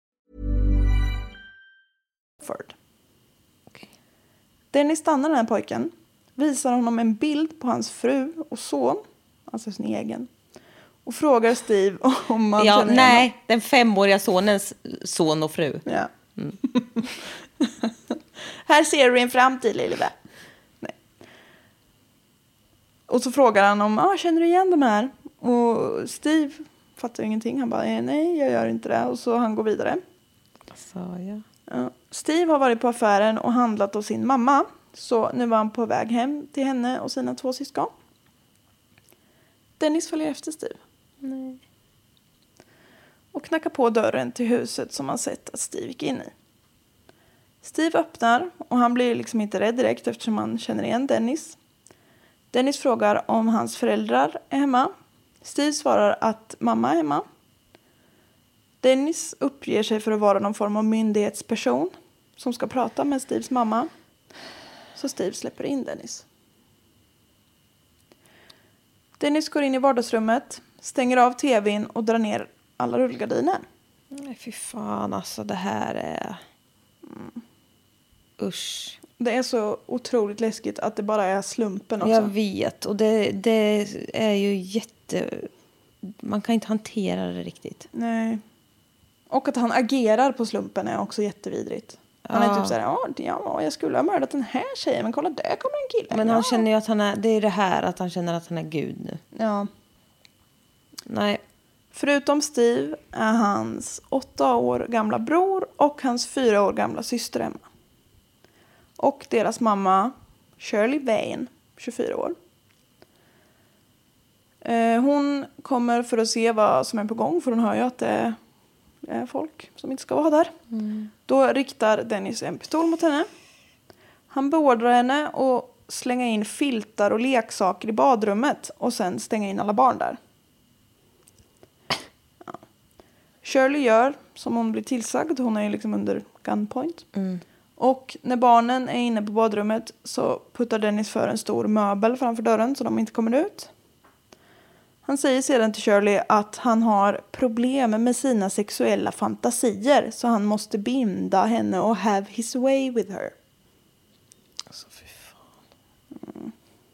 [SPEAKER 5] Okay. Dennis stannar den här pojken, visar honom en bild på hans fru och son, alltså sin egen, och frågar Steve om man
[SPEAKER 6] ja,
[SPEAKER 5] känner
[SPEAKER 6] nej,
[SPEAKER 5] igen.
[SPEAKER 6] Den femåriga sonens son och fru.
[SPEAKER 5] Ja. Mm. Här ser du en framtid, lille vän. Nej. Och så frågar han om, ah, känner du igen de här? Och Steve fattar ingenting. Han bara, nej, jag gör inte det. Och så han går vidare.
[SPEAKER 6] Så, ja.
[SPEAKER 5] Ja. Steve har varit på affären och handlat hos sin mamma. Så nu var han på väg hem till henne och sina två syskon. Dennis följer efter Steve.
[SPEAKER 6] Nej.
[SPEAKER 5] Och knackar på dörren till huset som han sett att Steve gick in i. Steve öppnar och han blir liksom inte rädd direkt eftersom han känner igen Dennis. Dennis frågar om hans föräldrar är hemma. Steve svarar att mamma är hemma. Dennis uppger sig för att vara någon form av myndighetsperson som ska prata med Steves mamma. Så Steve släpper in Dennis. Dennis går in i vardagsrummet, stänger av tvn och drar ner alla rullgardiner.
[SPEAKER 6] Nej, fy fan, alltså det här är... Mm. Usch.
[SPEAKER 5] Det är så otroligt läskigt att det bara är slumpen också.
[SPEAKER 6] Jag vet, och det, det är ju jätte... Man kan inte hantera det riktigt.
[SPEAKER 5] Nej. Och att han agerar på slumpen är också jättevidrigt. Han
[SPEAKER 6] ja.
[SPEAKER 5] är typ så här, ja, ja, jag skulle ha mördat den här tjejen, men kolla, där kommer en kille.
[SPEAKER 6] Men
[SPEAKER 5] ja.
[SPEAKER 6] han känner ju att han är, det är det här, att han känner att han är Gud nu.
[SPEAKER 5] Ja.
[SPEAKER 6] Nej.
[SPEAKER 5] Förutom Steve är hans åtta år gamla bror och hans fyra år gamla syster hemma. Och deras mamma, Shirley Vane, tjugofyra år. Eh, hon kommer för att se vad som är på gång. För hon hör ju att det är folk som inte ska vara där. Mm. Då riktar Dennis en pistol mot henne. Han beordrar henne att slänga in filtar och leksaker i badrummet. Och sen stänga in alla barn där. Ja. Shirley gör som hon blir tillsagd. Hon är ju liksom under gunpoint. Mm. Och när barnen är inne på badrummet så puttar Dennis för en stor möbel framför dörren så de inte kommer ut. Han säger sedan till Shirley att han har problem med sina sexuella fantasier så han måste binda henne och have his way with her.
[SPEAKER 6] Alltså fy fan.
[SPEAKER 5] Mm.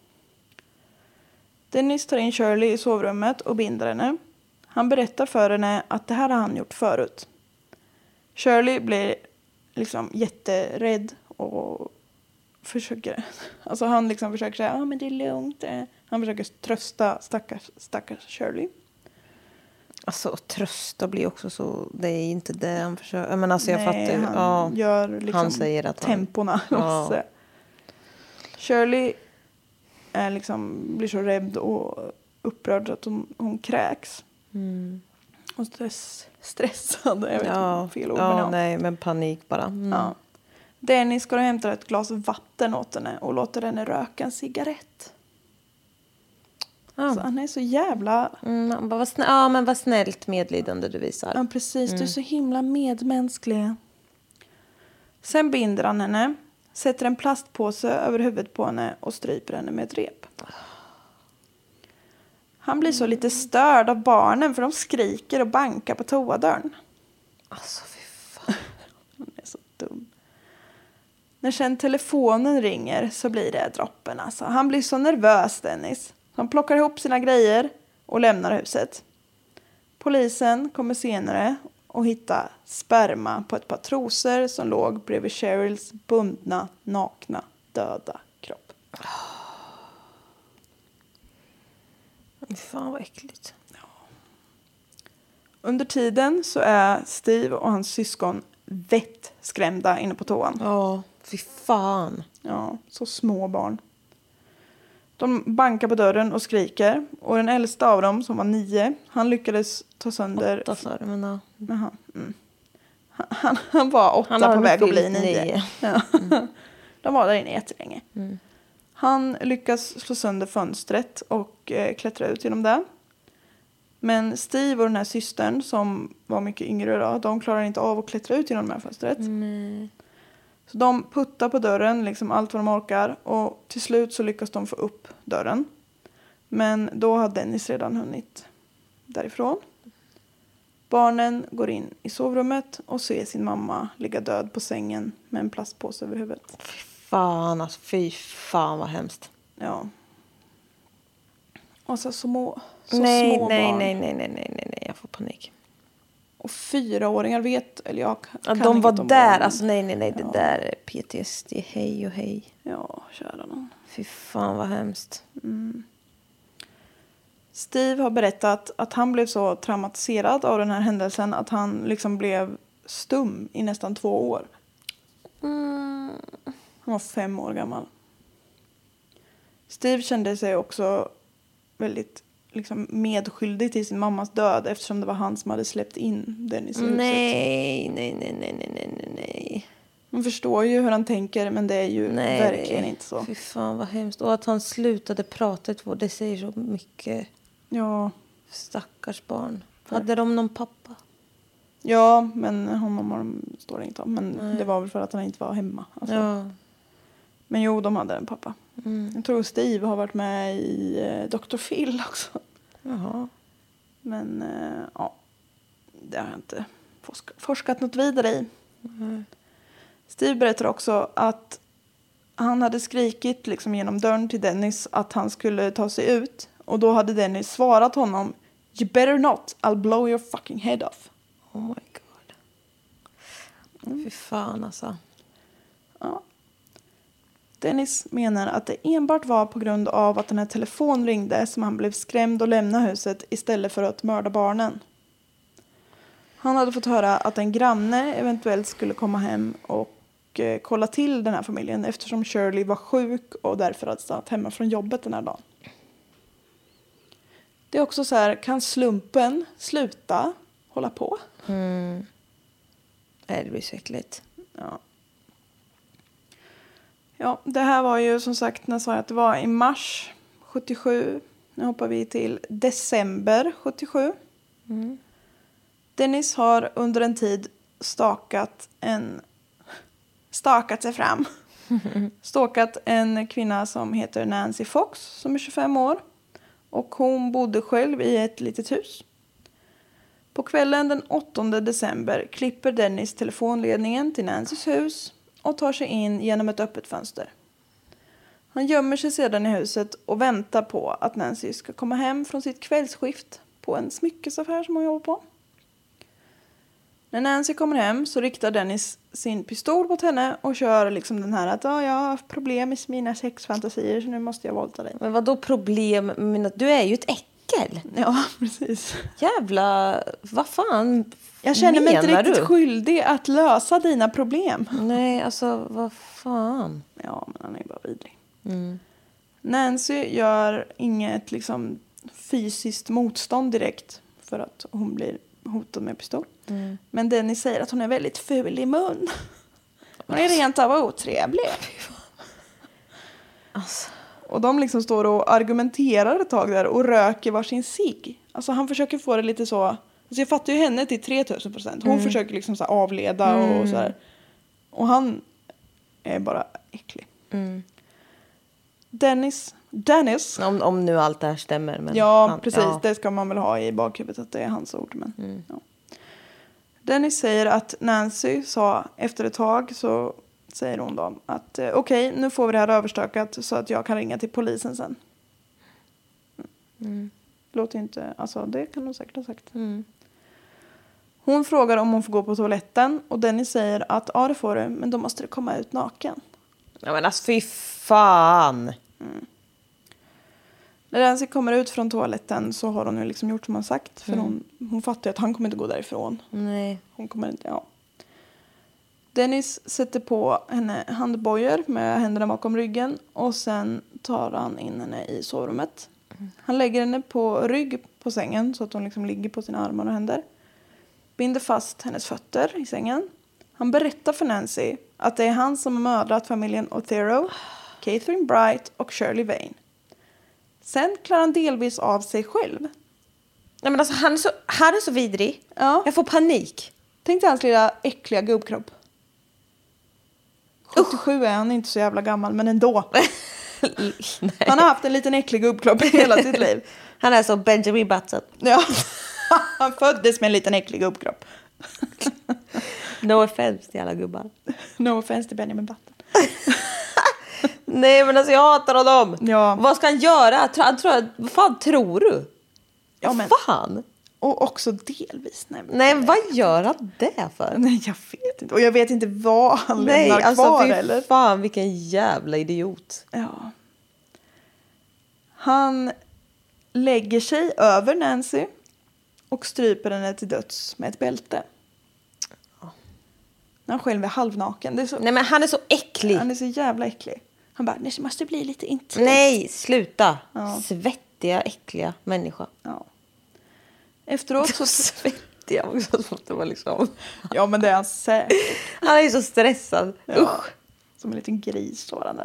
[SPEAKER 5] Dennis tar in Shirley i sovrummet och binder henne. Han berättar för henne att det här har han gjort förut. Shirley blir liksom jätterädd och försöker, alltså han liksom försöker säga, ja ah, men det är lugnt. Han försöker trösta stackars, stackars Shirley.
[SPEAKER 6] Alltså trösta blir också så, det är inte det han försöker, men alltså jag
[SPEAKER 5] Nej,
[SPEAKER 6] fattar ju.
[SPEAKER 5] Han
[SPEAKER 6] ja,
[SPEAKER 5] gör liksom
[SPEAKER 6] han säger att han,
[SPEAKER 5] temporna. Ja. Shirley är liksom, blir så rädd och upprörd att hon, hon kräks.
[SPEAKER 6] Mm.
[SPEAKER 5] Och stress, stressad, jag vet
[SPEAKER 6] ja,
[SPEAKER 5] inte, fel ord.
[SPEAKER 6] Ja,
[SPEAKER 5] men ja.
[SPEAKER 6] nej, men panik bara. Mm.
[SPEAKER 5] Ja. Dennis går och hämtar ett glas vatten åt henne och låter henne röka en cigarett. Ja. Så han är så jävla...
[SPEAKER 6] Mm, vad snä... Ja, men vad snällt medlidande du visar.
[SPEAKER 5] Ja, precis.
[SPEAKER 6] Mm.
[SPEAKER 5] Du är så himla medmänsklig. Sen binder han henne, sätter en plastpåse över huvudet på henne och stryper henne med ett rep. Han blir så lite störd av barnen för de skriker och bankar på toadörren.
[SPEAKER 6] Alltså fy fan.
[SPEAKER 5] Han är så dum. När sen telefonen ringer så blir det droppen. Alltså. Han blir så nervös, Dennis. Han plockar ihop sina grejer och lämnar huset. Polisen kommer senare och hittar sperma på ett par trosor som låg bredvid Cheryls bundna, nakna, döda kropp.
[SPEAKER 6] Fan vad äckligt.
[SPEAKER 5] Ja. Under tiden så är Steve och hans syskon vettskrämda inne på toan.
[SPEAKER 6] Ja, fy fan.
[SPEAKER 5] Ja, så små barn. De bankar på dörren och skriker. Och den äldsta av dem, som var nio, han lyckades ta sönder...
[SPEAKER 6] Åtta sa du, men ja.
[SPEAKER 5] Jaha, mm. han, han var åtta
[SPEAKER 6] han
[SPEAKER 5] på väg att bli
[SPEAKER 6] nio.
[SPEAKER 5] nio. Ja. Mm. De var där inne jättelänge. Mm. Han lyckas slå sönder fönstret och eh, klättra ut genom det. Men Steve och den här systern som var mycket yngre då, de klarar inte av att klättra ut genom det här fönstret.
[SPEAKER 6] Mm.
[SPEAKER 5] Så de puttar på dörren liksom allt vad de orkar och till slut så lyckas de få upp dörren. Men då har Dennis redan hunnit därifrån. Barnen går in i sovrummet och ser sin mamma ligga död på sängen med en plastpåse över huvudet.
[SPEAKER 6] Fy fan, alltså fy fan vad hemskt.
[SPEAKER 5] Ja. Och så små, så
[SPEAKER 6] nej,
[SPEAKER 5] små
[SPEAKER 6] nej,
[SPEAKER 5] barn.
[SPEAKER 6] Nej, nej, nej, nej, nej, nej, jag får panik.
[SPEAKER 5] Och fyraåringar vet, eller jag kan
[SPEAKER 6] ja,
[SPEAKER 5] kan
[SPEAKER 6] de var
[SPEAKER 5] inte om
[SPEAKER 6] där,
[SPEAKER 5] barnen.
[SPEAKER 6] alltså nej, nej, nej,
[SPEAKER 5] ja.
[SPEAKER 6] Det där är P T S D, hej och hej.
[SPEAKER 5] Ja, kära någon.
[SPEAKER 6] Fy fan vad hemskt.
[SPEAKER 5] Mm. Steve har berättat att han blev så traumatiserad av den här händelsen att han liksom blev stum i nästan två år.
[SPEAKER 6] Mm.
[SPEAKER 5] Han var fem år gammal. Steve kände sig också väldigt liksom medskyldig till sin mammas död eftersom det var han som hade släppt in Dennis i huset.
[SPEAKER 6] Nej, nej, nej, nej, nej, nej, nej.
[SPEAKER 5] Man förstår ju hur han tänker, men det är ju
[SPEAKER 6] nej,
[SPEAKER 5] verkligen inte så.
[SPEAKER 6] Fy fan vad hemskt. Och att han slutade prata ett år, det säger så mycket.
[SPEAKER 5] Ja.
[SPEAKER 6] Stackars barn. Hade de någon pappa?
[SPEAKER 5] Ja, men honom har de, står det inte om. Men
[SPEAKER 6] nej.
[SPEAKER 5] Det var väl för att han inte var hemma. Alltså.
[SPEAKER 6] Ja.
[SPEAKER 5] Men jo, de hade en pappa.
[SPEAKER 6] Mm.
[SPEAKER 5] Jag tror Steve har varit med i eh, doktor Phil också.
[SPEAKER 6] Jaha.
[SPEAKER 5] Men eh, ja, det har jag inte forska- forskat något vidare i.
[SPEAKER 6] Mm.
[SPEAKER 5] Steve berättar också att han hade skrikit liksom genom dörren till Dennis att han skulle ta sig ut. Och då hade Dennis svarat honom, you better not, I'll blow your fucking head off.
[SPEAKER 6] Oh my god. Mm. Fy fan alltså.
[SPEAKER 5] Ja. Dennis menar att det enbart var på grund av att den här telefonen ringde som han blev skrämd och lämnade huset istället för att mörda barnen. Han hade fått höra att en granne eventuellt skulle komma hem och eh, kolla till den här familjen eftersom Shirley var sjuk och därför hade stannat hemma från jobbet den här dagen. Det är också så här, kan slumpen sluta hålla på?
[SPEAKER 6] Mm. Nej, det blir så äckligt.
[SPEAKER 5] Ja. Ja, det här var ju som sagt, när jag sa att det var i mars sjuttiosju. Nu hoppar vi till december sjuttiosju.
[SPEAKER 6] Mm.
[SPEAKER 5] Dennis har under en tid stakat en stakat sig fram. Stalkat en kvinna som heter Nancy Fox som är tjugofem år. Och hon bodde själv i ett litet hus. På kvällen den åttonde december klipper Dennis telefonledningen till Nancys hus och tar sig in genom ett öppet fönster. Han gömmer sig sedan i huset och väntar på att Nancy ska komma hem från sitt kvällsskift på en smyckesaffär som hon jobbar på. När Nancy kommer hem så riktar Dennis sin pistol mot henne och kör liksom den här att ah, jag har haft problem med mina sexfantasier så nu måste jag våldta dig.
[SPEAKER 6] Men vad då problem? Men du är ju ett äckel.
[SPEAKER 5] Ja, precis.
[SPEAKER 6] Jävla, vad fan
[SPEAKER 5] Jag känner mig inte riktigt
[SPEAKER 6] du?
[SPEAKER 5] skyldig att lösa dina problem.
[SPEAKER 6] Nej, alltså vad fan.
[SPEAKER 5] Ja, men han är ju bara vidrig.
[SPEAKER 6] Mm.
[SPEAKER 5] Nancy gör inget liksom fysiskt motstånd direkt för att hon blir hotad med pistol. Mm. Men Dennis säger att hon är väldigt ful i mun. Hon är rent av otrevlig.
[SPEAKER 6] Alltså.
[SPEAKER 5] Och de liksom står och argumenterar ett tag där och röker varsin cigg. Alltså han försöker få det lite så. Alltså jag fattar ju henne till tre tusen procent. Hon mm. försöker liksom så här avleda mm. och så här. Och han är bara äcklig. Mm. Dennis. Dennis.
[SPEAKER 6] Om, om nu allt det här stämmer. Men
[SPEAKER 5] ja,
[SPEAKER 6] han,
[SPEAKER 5] precis.
[SPEAKER 6] Ja.
[SPEAKER 5] Det ska man väl ha i bakhuvudet att det är hans ord. Men,
[SPEAKER 6] mm.
[SPEAKER 5] ja. Dennis säger att Nancy sa efter ett tag så säger hon då att eh, okej, okay, nu får vi det här överstökat så att jag kan ringa till polisen sen. Mm. Mm. Låter inte, alltså det kan hon säkert ha sagt.
[SPEAKER 6] Mm.
[SPEAKER 5] Hon frågar om hon får gå på toaletten och Dennis säger att ja det får du, men då måste du komma ut naken.
[SPEAKER 6] Ja men alltså fy fan.
[SPEAKER 5] Mm. När Nancy kommer ut från toaletten så har hon ju liksom gjort som hon sagt. För mm. hon, hon fattar ju att han kommer inte gå därifrån.
[SPEAKER 6] Nej.
[SPEAKER 5] Hon kommer inte, ja. Dennis sätter på henne handbojor med händerna bakom ryggen. Och sen tar han in henne i sovrummet. Mm. Han lägger henne på rygg på sängen så att hon liksom ligger på sina armar och händer. Binder fast hennes fötter i sängen. Han berättar för Nancy att det är han som har mördat familjen Otero, Catherine Bright och Shirley Vane. Sen klarar han delvis av sig själv.
[SPEAKER 6] Nej men alltså han är så, han är så vidrig.
[SPEAKER 5] Ja.
[SPEAKER 6] Jag får panik.
[SPEAKER 5] Tänk dig hans lilla äckliga gubbkropp. sjuttiosju Usch. Är han inte så jävla gammal, men ändå. Han har haft en liten äcklig gubbkropp i hela sitt liv.
[SPEAKER 6] Han är som Benjamin Button.
[SPEAKER 5] Ja. Han föddes med en liten äcklig gubbkropp.
[SPEAKER 6] No offense till alla gubbar.
[SPEAKER 5] No offense till Benjamin Button.
[SPEAKER 6] Nej men alltså jag hatar honom.
[SPEAKER 5] Ja.
[SPEAKER 6] Vad ska han göra? Han tror, vad fan tror du?
[SPEAKER 5] Ja, men,
[SPEAKER 6] fan.
[SPEAKER 5] Och också delvis. Nej,
[SPEAKER 6] nej vad gör han det för?
[SPEAKER 5] Nej jag vet inte. Och jag vet inte vad han nej, lämnar
[SPEAKER 6] alltså,
[SPEAKER 5] kvar.
[SPEAKER 6] Nej
[SPEAKER 5] eller?
[SPEAKER 6] fan vilken jävla idiot.
[SPEAKER 5] Ja. Han lägger sig över Nancy. Och stryper henne till döds med ett bälte. När han själv är halvnaken. Det är så,
[SPEAKER 6] nej men han är så äcklig.
[SPEAKER 5] Han är så jävla äcklig. Han bara, det måste bli lite intimt.
[SPEAKER 6] Nej, sluta.
[SPEAKER 5] Ja.
[SPEAKER 6] Svettiga, äckliga människa.
[SPEAKER 5] Ja. Efteråt så...
[SPEAKER 6] Svettiga också. Det var liksom...
[SPEAKER 5] Ja, men det är han säkert.
[SPEAKER 6] Han är ju så stressad.
[SPEAKER 5] Ja. Usch. Som en liten gris står han där.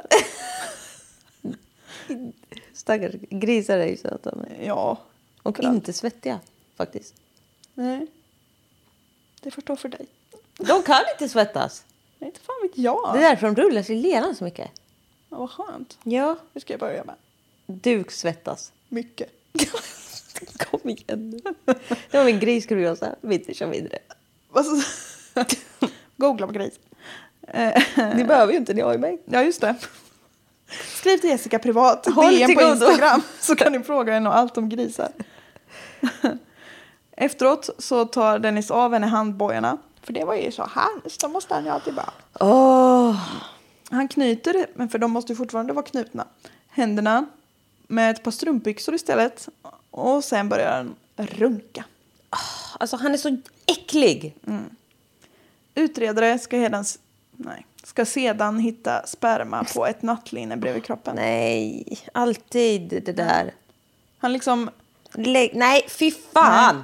[SPEAKER 6] Stackars grisar är ju söta.
[SPEAKER 5] Ja.
[SPEAKER 6] Och inte svettiga, faktiskt.
[SPEAKER 5] Nej. Det förstår för dig.
[SPEAKER 6] De kan inte svettas.
[SPEAKER 5] Nej, inte fan vet jag.
[SPEAKER 6] Det är därför de rullar sig i leran så mycket.
[SPEAKER 5] Ja, vad skönt.
[SPEAKER 6] Ja.
[SPEAKER 5] Hur ska jag börja med?
[SPEAKER 6] Du svettas.
[SPEAKER 5] Mycket.
[SPEAKER 6] Kom igen. Det var min griskuriosa. Vi kör vidare.
[SPEAKER 5] Googla på gris.
[SPEAKER 6] Ni behöver ju inte, ni har ju mig.
[SPEAKER 5] Ja, just det. Skriv till Jessica privat.
[SPEAKER 6] Håll
[SPEAKER 5] D M på
[SPEAKER 6] godo.
[SPEAKER 5] Instagram. Så kan ni fråga henne allt om grisar. Efteråt så tar Dennis av henne handbojorna. För det var ju så hans. De måste han ju alltid bara.
[SPEAKER 6] Oh.
[SPEAKER 5] Han knyter, men för de måste ju fortfarande vara knutna. Händerna med ett par strumpbyxor istället. Och sen börjar han runka.
[SPEAKER 6] Oh, alltså han är så äcklig.
[SPEAKER 5] Mm. Utredare ska sedan, nej, ska sedan hitta sperma på ett nattlinne bredvid kroppen.
[SPEAKER 6] Nej, alltid det där.
[SPEAKER 5] Han liksom
[SPEAKER 6] Lägg, nej, fy fan!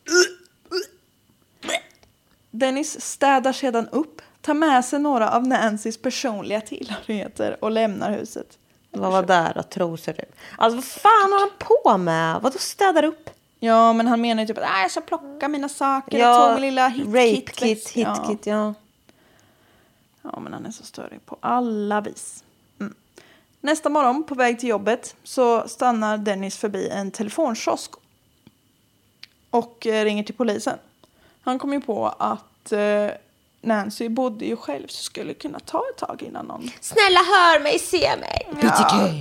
[SPEAKER 5] Nej. Dennis städar sedan upp, tar med sig några av Nancys personliga tillhörigheter och lämnar huset.
[SPEAKER 6] Vad var där då? Trosor typ. Alltså vad fan har han på med? Vad då städar upp?
[SPEAKER 5] Ja, men han menar ju typ att jag ska plocka mina saker.
[SPEAKER 6] Ja,
[SPEAKER 5] jag tog min lilla hitkit.
[SPEAKER 6] rape-kit, hitkit, ja. ja.
[SPEAKER 5] Ja, men han är så störig på alla vis. Mm. Nästa morgon på väg till jobbet så stannar Dennis förbi en telefonkiosk och eh, ringer till polisen. Han kom ju på att eh, Nancy bodde ju själv så skulle kunna ta ett tag innan någon...
[SPEAKER 6] Snälla hör mig, se mig.
[SPEAKER 5] Ja.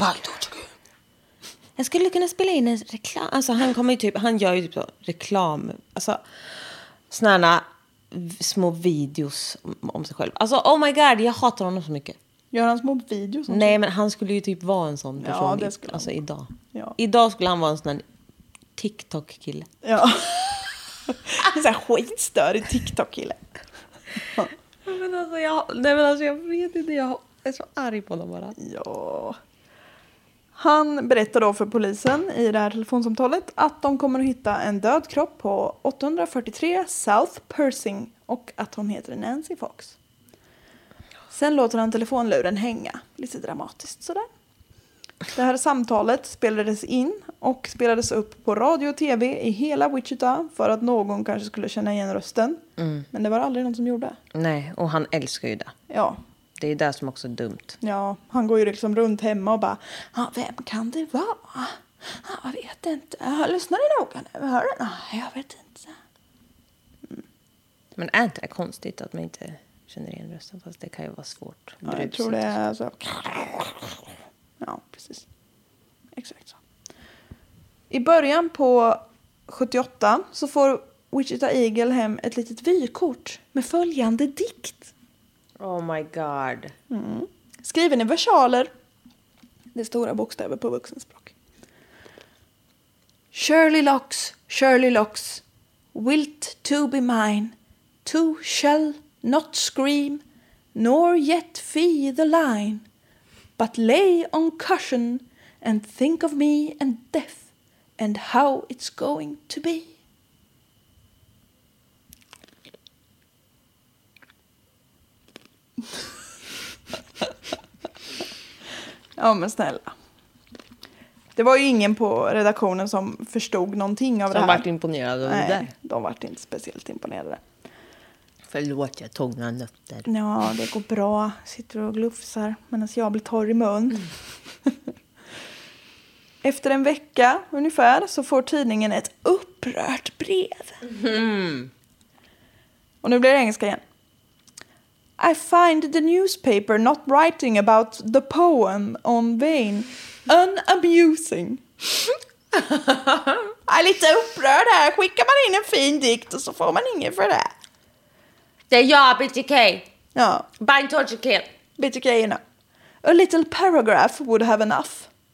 [SPEAKER 6] Jag skulle kunna spela in en reklam. Alltså han kommer ju typ, han gör ju typ så reklam. Alltså såna små videos om, om sig själv. Alltså oh my god, jag hatar honom så mycket.
[SPEAKER 5] Gör han små videos?
[SPEAKER 6] Nej, men han skulle ju typ vara en sån person.
[SPEAKER 5] Ja, det skulle
[SPEAKER 6] alltså
[SPEAKER 5] han.
[SPEAKER 6] idag.
[SPEAKER 5] Ja.
[SPEAKER 6] Idag skulle han vara en sån här TikTok-kille.
[SPEAKER 5] Ja. En sån här skitstörig TikTok-kille.
[SPEAKER 6] Men alltså jag, nej men alltså jag vet inte, jag är så arg på honom bara.
[SPEAKER 5] Ja. Han berättar då för polisen i det här telefonsamtalet att de kommer att hitta en död kropp på åttahundrafyrtiotre South Persing och att hon heter Nancy Fox. Sen låter han telefonluren hänga, lite dramatiskt sådär. Det här samtalet spelades in och spelades upp på radio och tv i hela Wichita för att någon kanske skulle känna igen rösten. Mm. Men det var aldrig någon som gjorde.
[SPEAKER 6] Nej, och han älskar ju det.
[SPEAKER 5] Ja.
[SPEAKER 6] Det är det som också är dumt.
[SPEAKER 5] Ja, han går ju liksom runt hemma och bara, ah, vem kan det vara? Ah, jag vet inte. Lyssnar ni noga nu? Hör du? Ah, jag vet inte.
[SPEAKER 6] Mm. Men är inte det konstigt att man inte känner igen rösten? Fast det kan ju vara svårt.
[SPEAKER 5] Ja, jag tror det är så. Ja, precis. Exakt så. I början på sjuttioåtta så får Wichita Eagle hem ett litet vykort med följande dikt.
[SPEAKER 6] Oh my god.
[SPEAKER 5] Mm. Skriven i versaler. Det är stora bokstäver på vuxenspråk. Shirley locks, Shirley locks, wilt to be mine, two shall not scream, nor yet fee the line, but lay on cushion and think of me and death and how it's going to be. Ja, men snälla. Det var ju ingen på redaktionen som förstod någonting av
[SPEAKER 6] som
[SPEAKER 5] det här.
[SPEAKER 6] Som vart imponerade av det där.
[SPEAKER 5] Nej, de vart inte speciellt imponerade.
[SPEAKER 6] Förlåt, jag tog några nötter.
[SPEAKER 5] Ja, det går bra. Sitter och glufsar medan jag blir torr i mun. Mm. Efter en vecka ungefär så får tidningen ett upprört brev. Mm. Och nu blir det engelska igen. I find the newspaper not writing about the poem on Vane unamusing. Jag är lite upprörd här. Skickar man in en fin dikt och så får man ingen för det.
[SPEAKER 6] Det är jag, B T K.
[SPEAKER 5] Ja.
[SPEAKER 6] Bind torture kid.
[SPEAKER 5] B T K, you know. A little paragraph would have enough.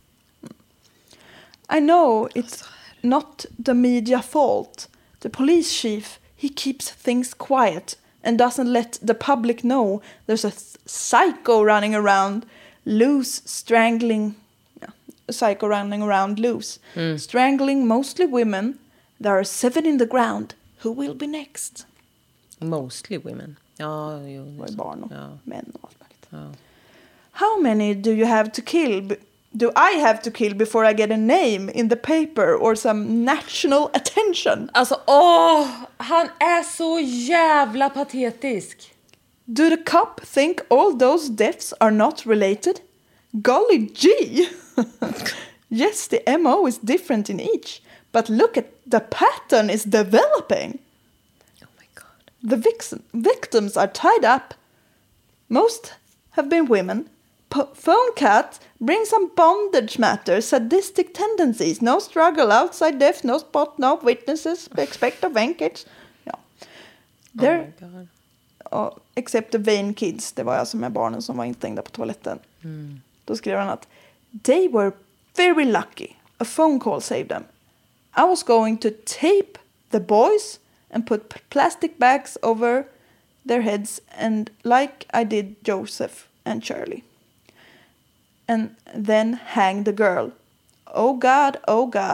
[SPEAKER 5] I know it's not the media fault. The police chief, he keeps things quiet and doesn't let the public know there's a th- psycho running around loose, strangling, yeah, a psycho running around loose, mm. strangling mostly women. There are seven in the ground. Who will be next?
[SPEAKER 6] Mostly women. Ja, jo.
[SPEAKER 5] Det barn och ja. Män och allt möjligt.
[SPEAKER 6] Ja.
[SPEAKER 5] How many do you have to kill? Do I have to kill before I get a name in the paper or some national attention?
[SPEAKER 6] Alltså, åh! Han är så jävla patetisk.
[SPEAKER 5] Do the cop think all those deaths are not related? Golly gee! Yes, the M O is different in each. But look at the pattern is developing.
[SPEAKER 6] Oh my god.
[SPEAKER 5] The vix- victims are tied up. Most have been women. Po- phone cat brings some bondage matters, sadistic tendencies, no struggle, outside death, no spot, no witnesses, expect a vengeance. Ja. There,
[SPEAKER 6] oh my God.
[SPEAKER 5] Oh, except the vain kids, det var alltså med barnen som var instängda på toaletten. Mm. Då skrev han att they were very lucky. A phone call saved them. I was going to tape the boys and put p- plastic bags over their heads and like I did Joseph and Shirley. And then hang the girl. Oh God, oh God,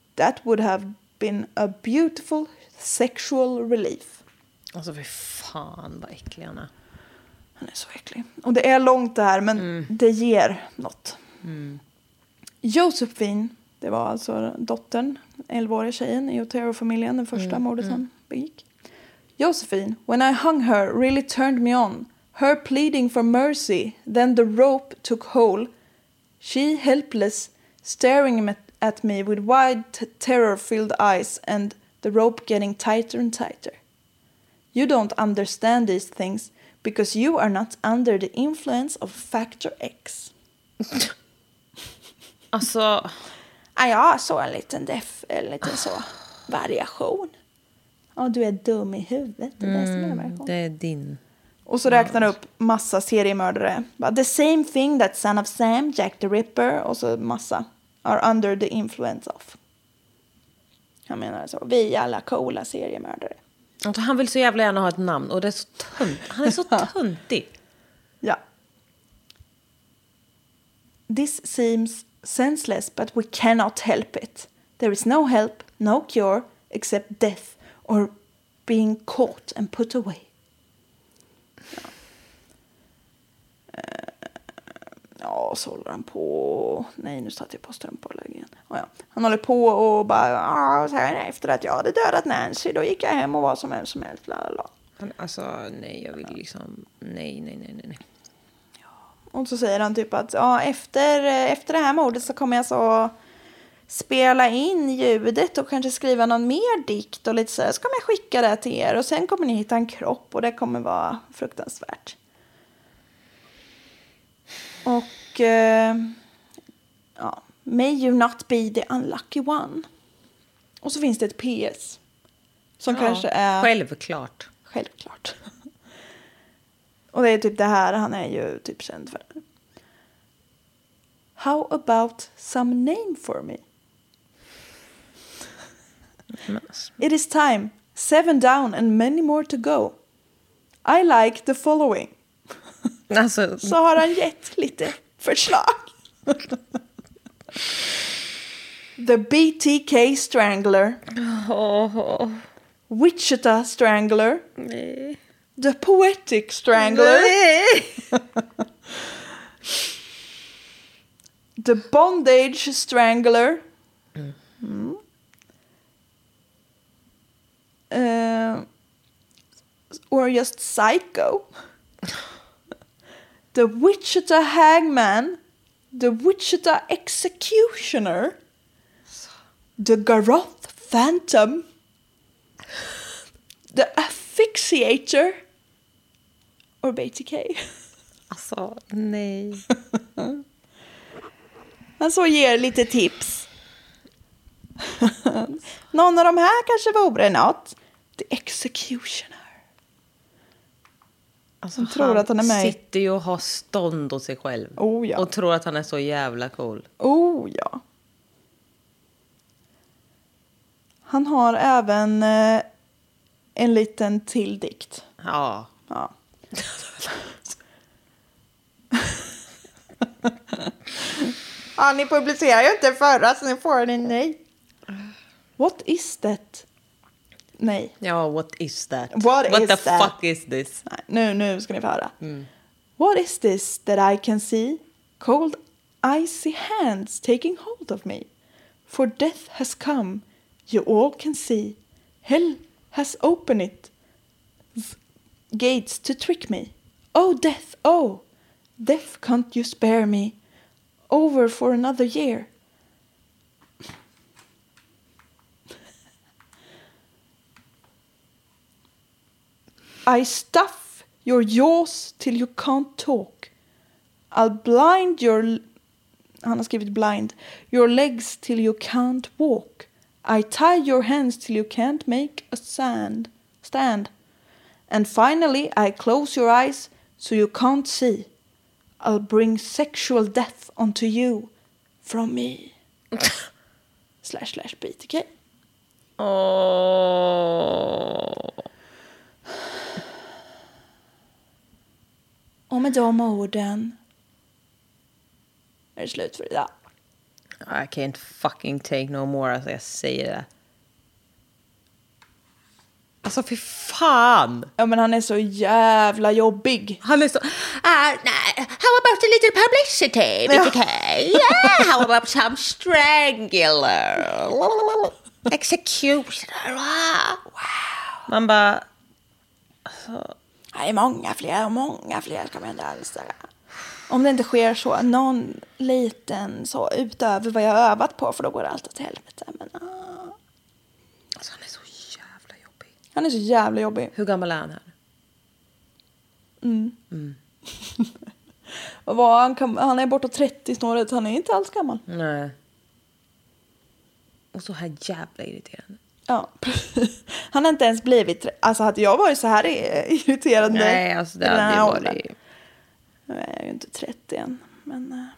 [SPEAKER 5] That would have been a beautiful sexual relief.
[SPEAKER 6] Alltså för fan vad äcklig han är.
[SPEAKER 5] Han är så äcklig. Och det är långt det här, men mm. det ger något.
[SPEAKER 6] Mm.
[SPEAKER 5] Josephine, det var alltså dottern, elvaåriga tjejen i Otero-familjen, den första mm. mordet mm. han begick. Josephine, when I hung her, really turned me on. Her pleading for mercy, then the rope took hold. She helpless, staring at, at me with wide t- terror-filled eyes and the rope getting tighter and tighter. You don't understand these things because you are not under the influence of factor X.
[SPEAKER 6] Alltså...
[SPEAKER 5] Ja, så en liten def, en liten så variation. Ja, du är dum i huvudet. Det är det som är variation.
[SPEAKER 6] Det är din.
[SPEAKER 5] Och så räknar upp massa seriemördare. The same thing that Son of Sam, Jack the Ripper och så massa are under the influence of. Jag menar så. Vi är alla coola seriemördare.
[SPEAKER 6] Alltså, han vill så jävla gärna ha ett namn och det är så tönt. Han är så töntig.
[SPEAKER 5] Ja. This seems senseless but we cannot help it. There is no help, no cure except death or being caught and put away. Ja. Ja, så håller han på. Nej, nu satt jag på strömpåläggen. Oh, ja. Han håller på och bara så här, efter att jag hade dödat Nancy, då gick jag hem och var som en som helst. Lalala.
[SPEAKER 6] Alltså, nej, jag vill liksom nej, nej, nej, nej.
[SPEAKER 5] Ja. Och så säger han typ att ja, efter, efter det här mordet så kommer jag så spela in ljudet och kanske skriva någon mer dikt och lite så här, så kommer jag skicka det till er och sen kommer ni hitta en kropp och det kommer vara fruktansvärt. Och eh, ja, may you not be the unlucky one. Och så finns det ett P S som ja, kanske är
[SPEAKER 6] självklart.
[SPEAKER 5] Självklart. Och det är typ det här han är ju typ känd för. How about some name for me? It is time. Seven down and many more to go. I like the following.
[SPEAKER 6] Alltså...
[SPEAKER 5] Så har han gett lite förslag. The B T K Strangler.
[SPEAKER 6] Oh, oh.
[SPEAKER 5] Wichita Strangler.
[SPEAKER 6] Nej.
[SPEAKER 5] The Poetic Strangler.
[SPEAKER 6] Nej.
[SPEAKER 5] The Bondage Strangler. Mm. Uh, or just Psycho. The Wichita Hangman. The Wichita Executioner. The Garoth Phantom. The Asphyxiator. Or B T K.
[SPEAKER 6] Alltså, nej.
[SPEAKER 5] Han så ger lite tips. Någon av de här kanske vore något. The Executioner.
[SPEAKER 6] Alltså,
[SPEAKER 5] han tror att han är med.
[SPEAKER 6] Sitter ju och har stånd åt sig själv.
[SPEAKER 5] Oh, ja.
[SPEAKER 6] Och tror att han är så jävla cool.
[SPEAKER 5] Oh ja. Han har även eh, en liten tilldikt.
[SPEAKER 6] Ja.
[SPEAKER 5] Ja. Ja, ni publicerar ju inte förra så ni får en nej. What is that? Nej.
[SPEAKER 6] Ja, what is that?
[SPEAKER 5] What,
[SPEAKER 6] what
[SPEAKER 5] is
[SPEAKER 6] the
[SPEAKER 5] that?
[SPEAKER 6] fuck is this?
[SPEAKER 5] Nej, nu, nu ska ni få höra.
[SPEAKER 6] Mm.
[SPEAKER 5] What is this that I can see? Cold icy hands taking hold of me. For death has come, you all can see. Hell has opened it. Gates to trick me. Oh, death, oh. Death, can't you spare me? Over for another year. I stuff your jaws till you can't talk. I'll blind your... Han har skrivit blind. Your legs till you can't walk. I tie your hands till you can't make a sand, stand. And finally I close your eyes so you can't see. I'll bring sexual death onto you from me. slash slash B T K.
[SPEAKER 6] Oh.
[SPEAKER 5] Och med de orden är det slut för idag.
[SPEAKER 6] I can't fucking take no more. Alltså jag säger det. Alltså för fan.
[SPEAKER 5] Ja, men han är så jävla jobbig.
[SPEAKER 6] Han är så... Uh, how about a little publicity? Ja. Okay. Yeah, how about some strangular? Executioner. Wow. Man bara... Alltså...
[SPEAKER 5] Det är många fler, många fler ska man inte alls säga. Om det inte sker så, någon liten så utöver vad jag har övat på, för då går det alltid till helvete. Men, ah.
[SPEAKER 6] Alltså han är så jävla jobbig.
[SPEAKER 5] Han är så jävla jobbig.
[SPEAKER 6] Hur gammal är han här?
[SPEAKER 5] Mm.
[SPEAKER 6] Mm.
[SPEAKER 5] Och vad, han, kan, han är bortåt trettio snåret, han är inte alls gammal.
[SPEAKER 6] Nej. Och så här jävla irriterande.
[SPEAKER 5] Ja, han har inte ens blivit... Alltså hade jag varit så här irriterande...
[SPEAKER 6] Nej, alltså det hade ju varit...
[SPEAKER 5] Nu är jag ju inte trettio än, men... Uh,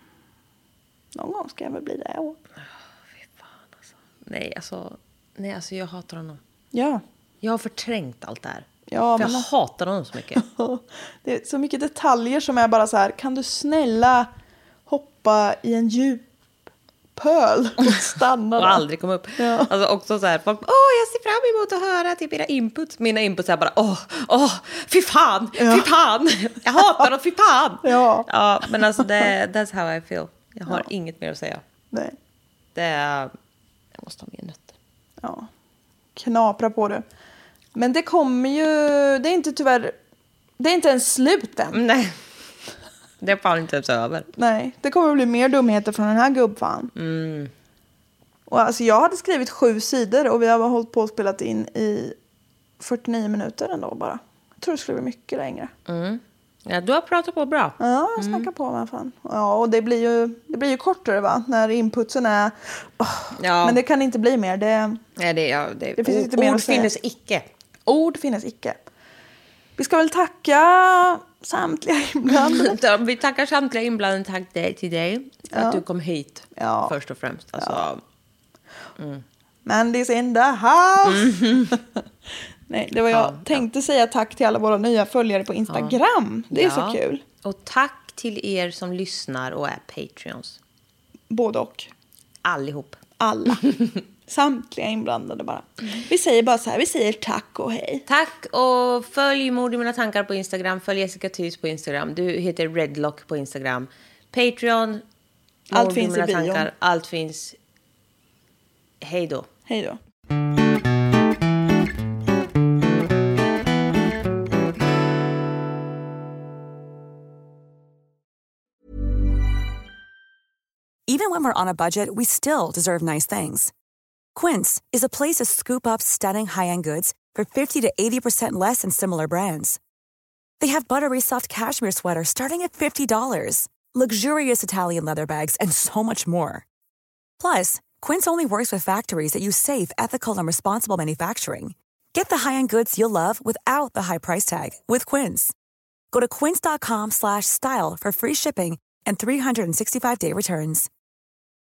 [SPEAKER 5] någon gång ska jag väl bli det. Oh,
[SPEAKER 6] fy fan alltså. Nej, alltså... Nej, alltså jag hatar honom.
[SPEAKER 5] Ja.
[SPEAKER 6] Jag har förträngt allt det här.
[SPEAKER 5] Ja,
[SPEAKER 6] för
[SPEAKER 5] men...
[SPEAKER 6] jag hatar honom så mycket.
[SPEAKER 5] Det är så mycket detaljer som är bara så här... Kan du snälla hoppa i en djup pöl och stanna
[SPEAKER 6] och aldrig komma upp.
[SPEAKER 5] Ja.
[SPEAKER 6] Alltså också så här, folk, åh jag ser fram emot att höra typ era inputs. Mina inputs är bara, åh, åh, fy fan,
[SPEAKER 5] ja.
[SPEAKER 6] fy fan. Jag hatar dem, fy fan.
[SPEAKER 5] Ja.
[SPEAKER 6] Ja, men alltså det, that's how I feel. Jag har
[SPEAKER 5] ja.
[SPEAKER 6] inget mer att säga.
[SPEAKER 5] Nej.
[SPEAKER 6] Det är, jag måste ha mer nötter.
[SPEAKER 5] Ja, knapra på det. Men det kommer ju, det är inte tyvärr, det är inte ens slut än.
[SPEAKER 6] Nej. Det är fan inte ens över.
[SPEAKER 5] Nej, det kommer att bli mer dumheter från den här gubbfan.
[SPEAKER 6] Mm.
[SPEAKER 5] Och alltså jag hade skrivit sju sidor och vi har hållit på och spelat in i fyrtionio minuter ändå bara. Jag tror det skulle bli mycket längre.
[SPEAKER 6] Mm. Ja, du har pratat på bra.
[SPEAKER 5] Ja, jag snackar mm. på vad fan. Ja, och det blir ju det blir ju kortare va när inputsen är oh, ja. Men det kan inte bli mer. Det
[SPEAKER 6] Nej, det ja, det,
[SPEAKER 5] det finns
[SPEAKER 6] ord,
[SPEAKER 5] inte mer
[SPEAKER 6] ord
[SPEAKER 5] att säga.
[SPEAKER 6] finns icke.
[SPEAKER 5] Ord finns icke. Vi ska väl tacka samtliga inblandade.
[SPEAKER 6] Vi tackar samtliga inblandade. Tack dig till dig för
[SPEAKER 5] ja.
[SPEAKER 6] att du kom hit
[SPEAKER 5] ja.
[SPEAKER 6] först och främst. Alltså,
[SPEAKER 5] ja.
[SPEAKER 6] mm.
[SPEAKER 5] Mandy's in the house. Mm. Nej, det var jag
[SPEAKER 6] ja,
[SPEAKER 5] tänkte ja. säga tack till alla våra nya följare på Instagram. Ja. Det är ja. så kul.
[SPEAKER 6] Och tack till er som lyssnar och är Patreons.
[SPEAKER 5] Både och.
[SPEAKER 6] Allihop.
[SPEAKER 5] Alla. Samtliga inblandade bara. Mm. Vi säger bara så här, vi säger tack och hej.
[SPEAKER 6] Tack och följ Mord i mina tankar på Instagram. Följ Jessica Thys på Instagram. Du heter Redlock på Instagram. Patreon.
[SPEAKER 5] Allt
[SPEAKER 6] Mord
[SPEAKER 5] finns
[SPEAKER 6] i mina
[SPEAKER 5] i bion.
[SPEAKER 6] tankar. Allt finns. Hej då.
[SPEAKER 5] Hej då.
[SPEAKER 9] Even when we're on a budget, we still deserve nice things. Quince is a place to scoop up stunning high-end goods for fifty to eighty percent less than similar brands. They have buttery soft cashmere sweaters starting at fifty dollars, luxurious Italian leather bags, and so much more. Plus, Quince only works with factories that use safe, ethical, and responsible manufacturing. Get the high-end goods you'll love without the high price tag with Quince. Go to quince.com slash style for free shipping and three sixty-five day returns.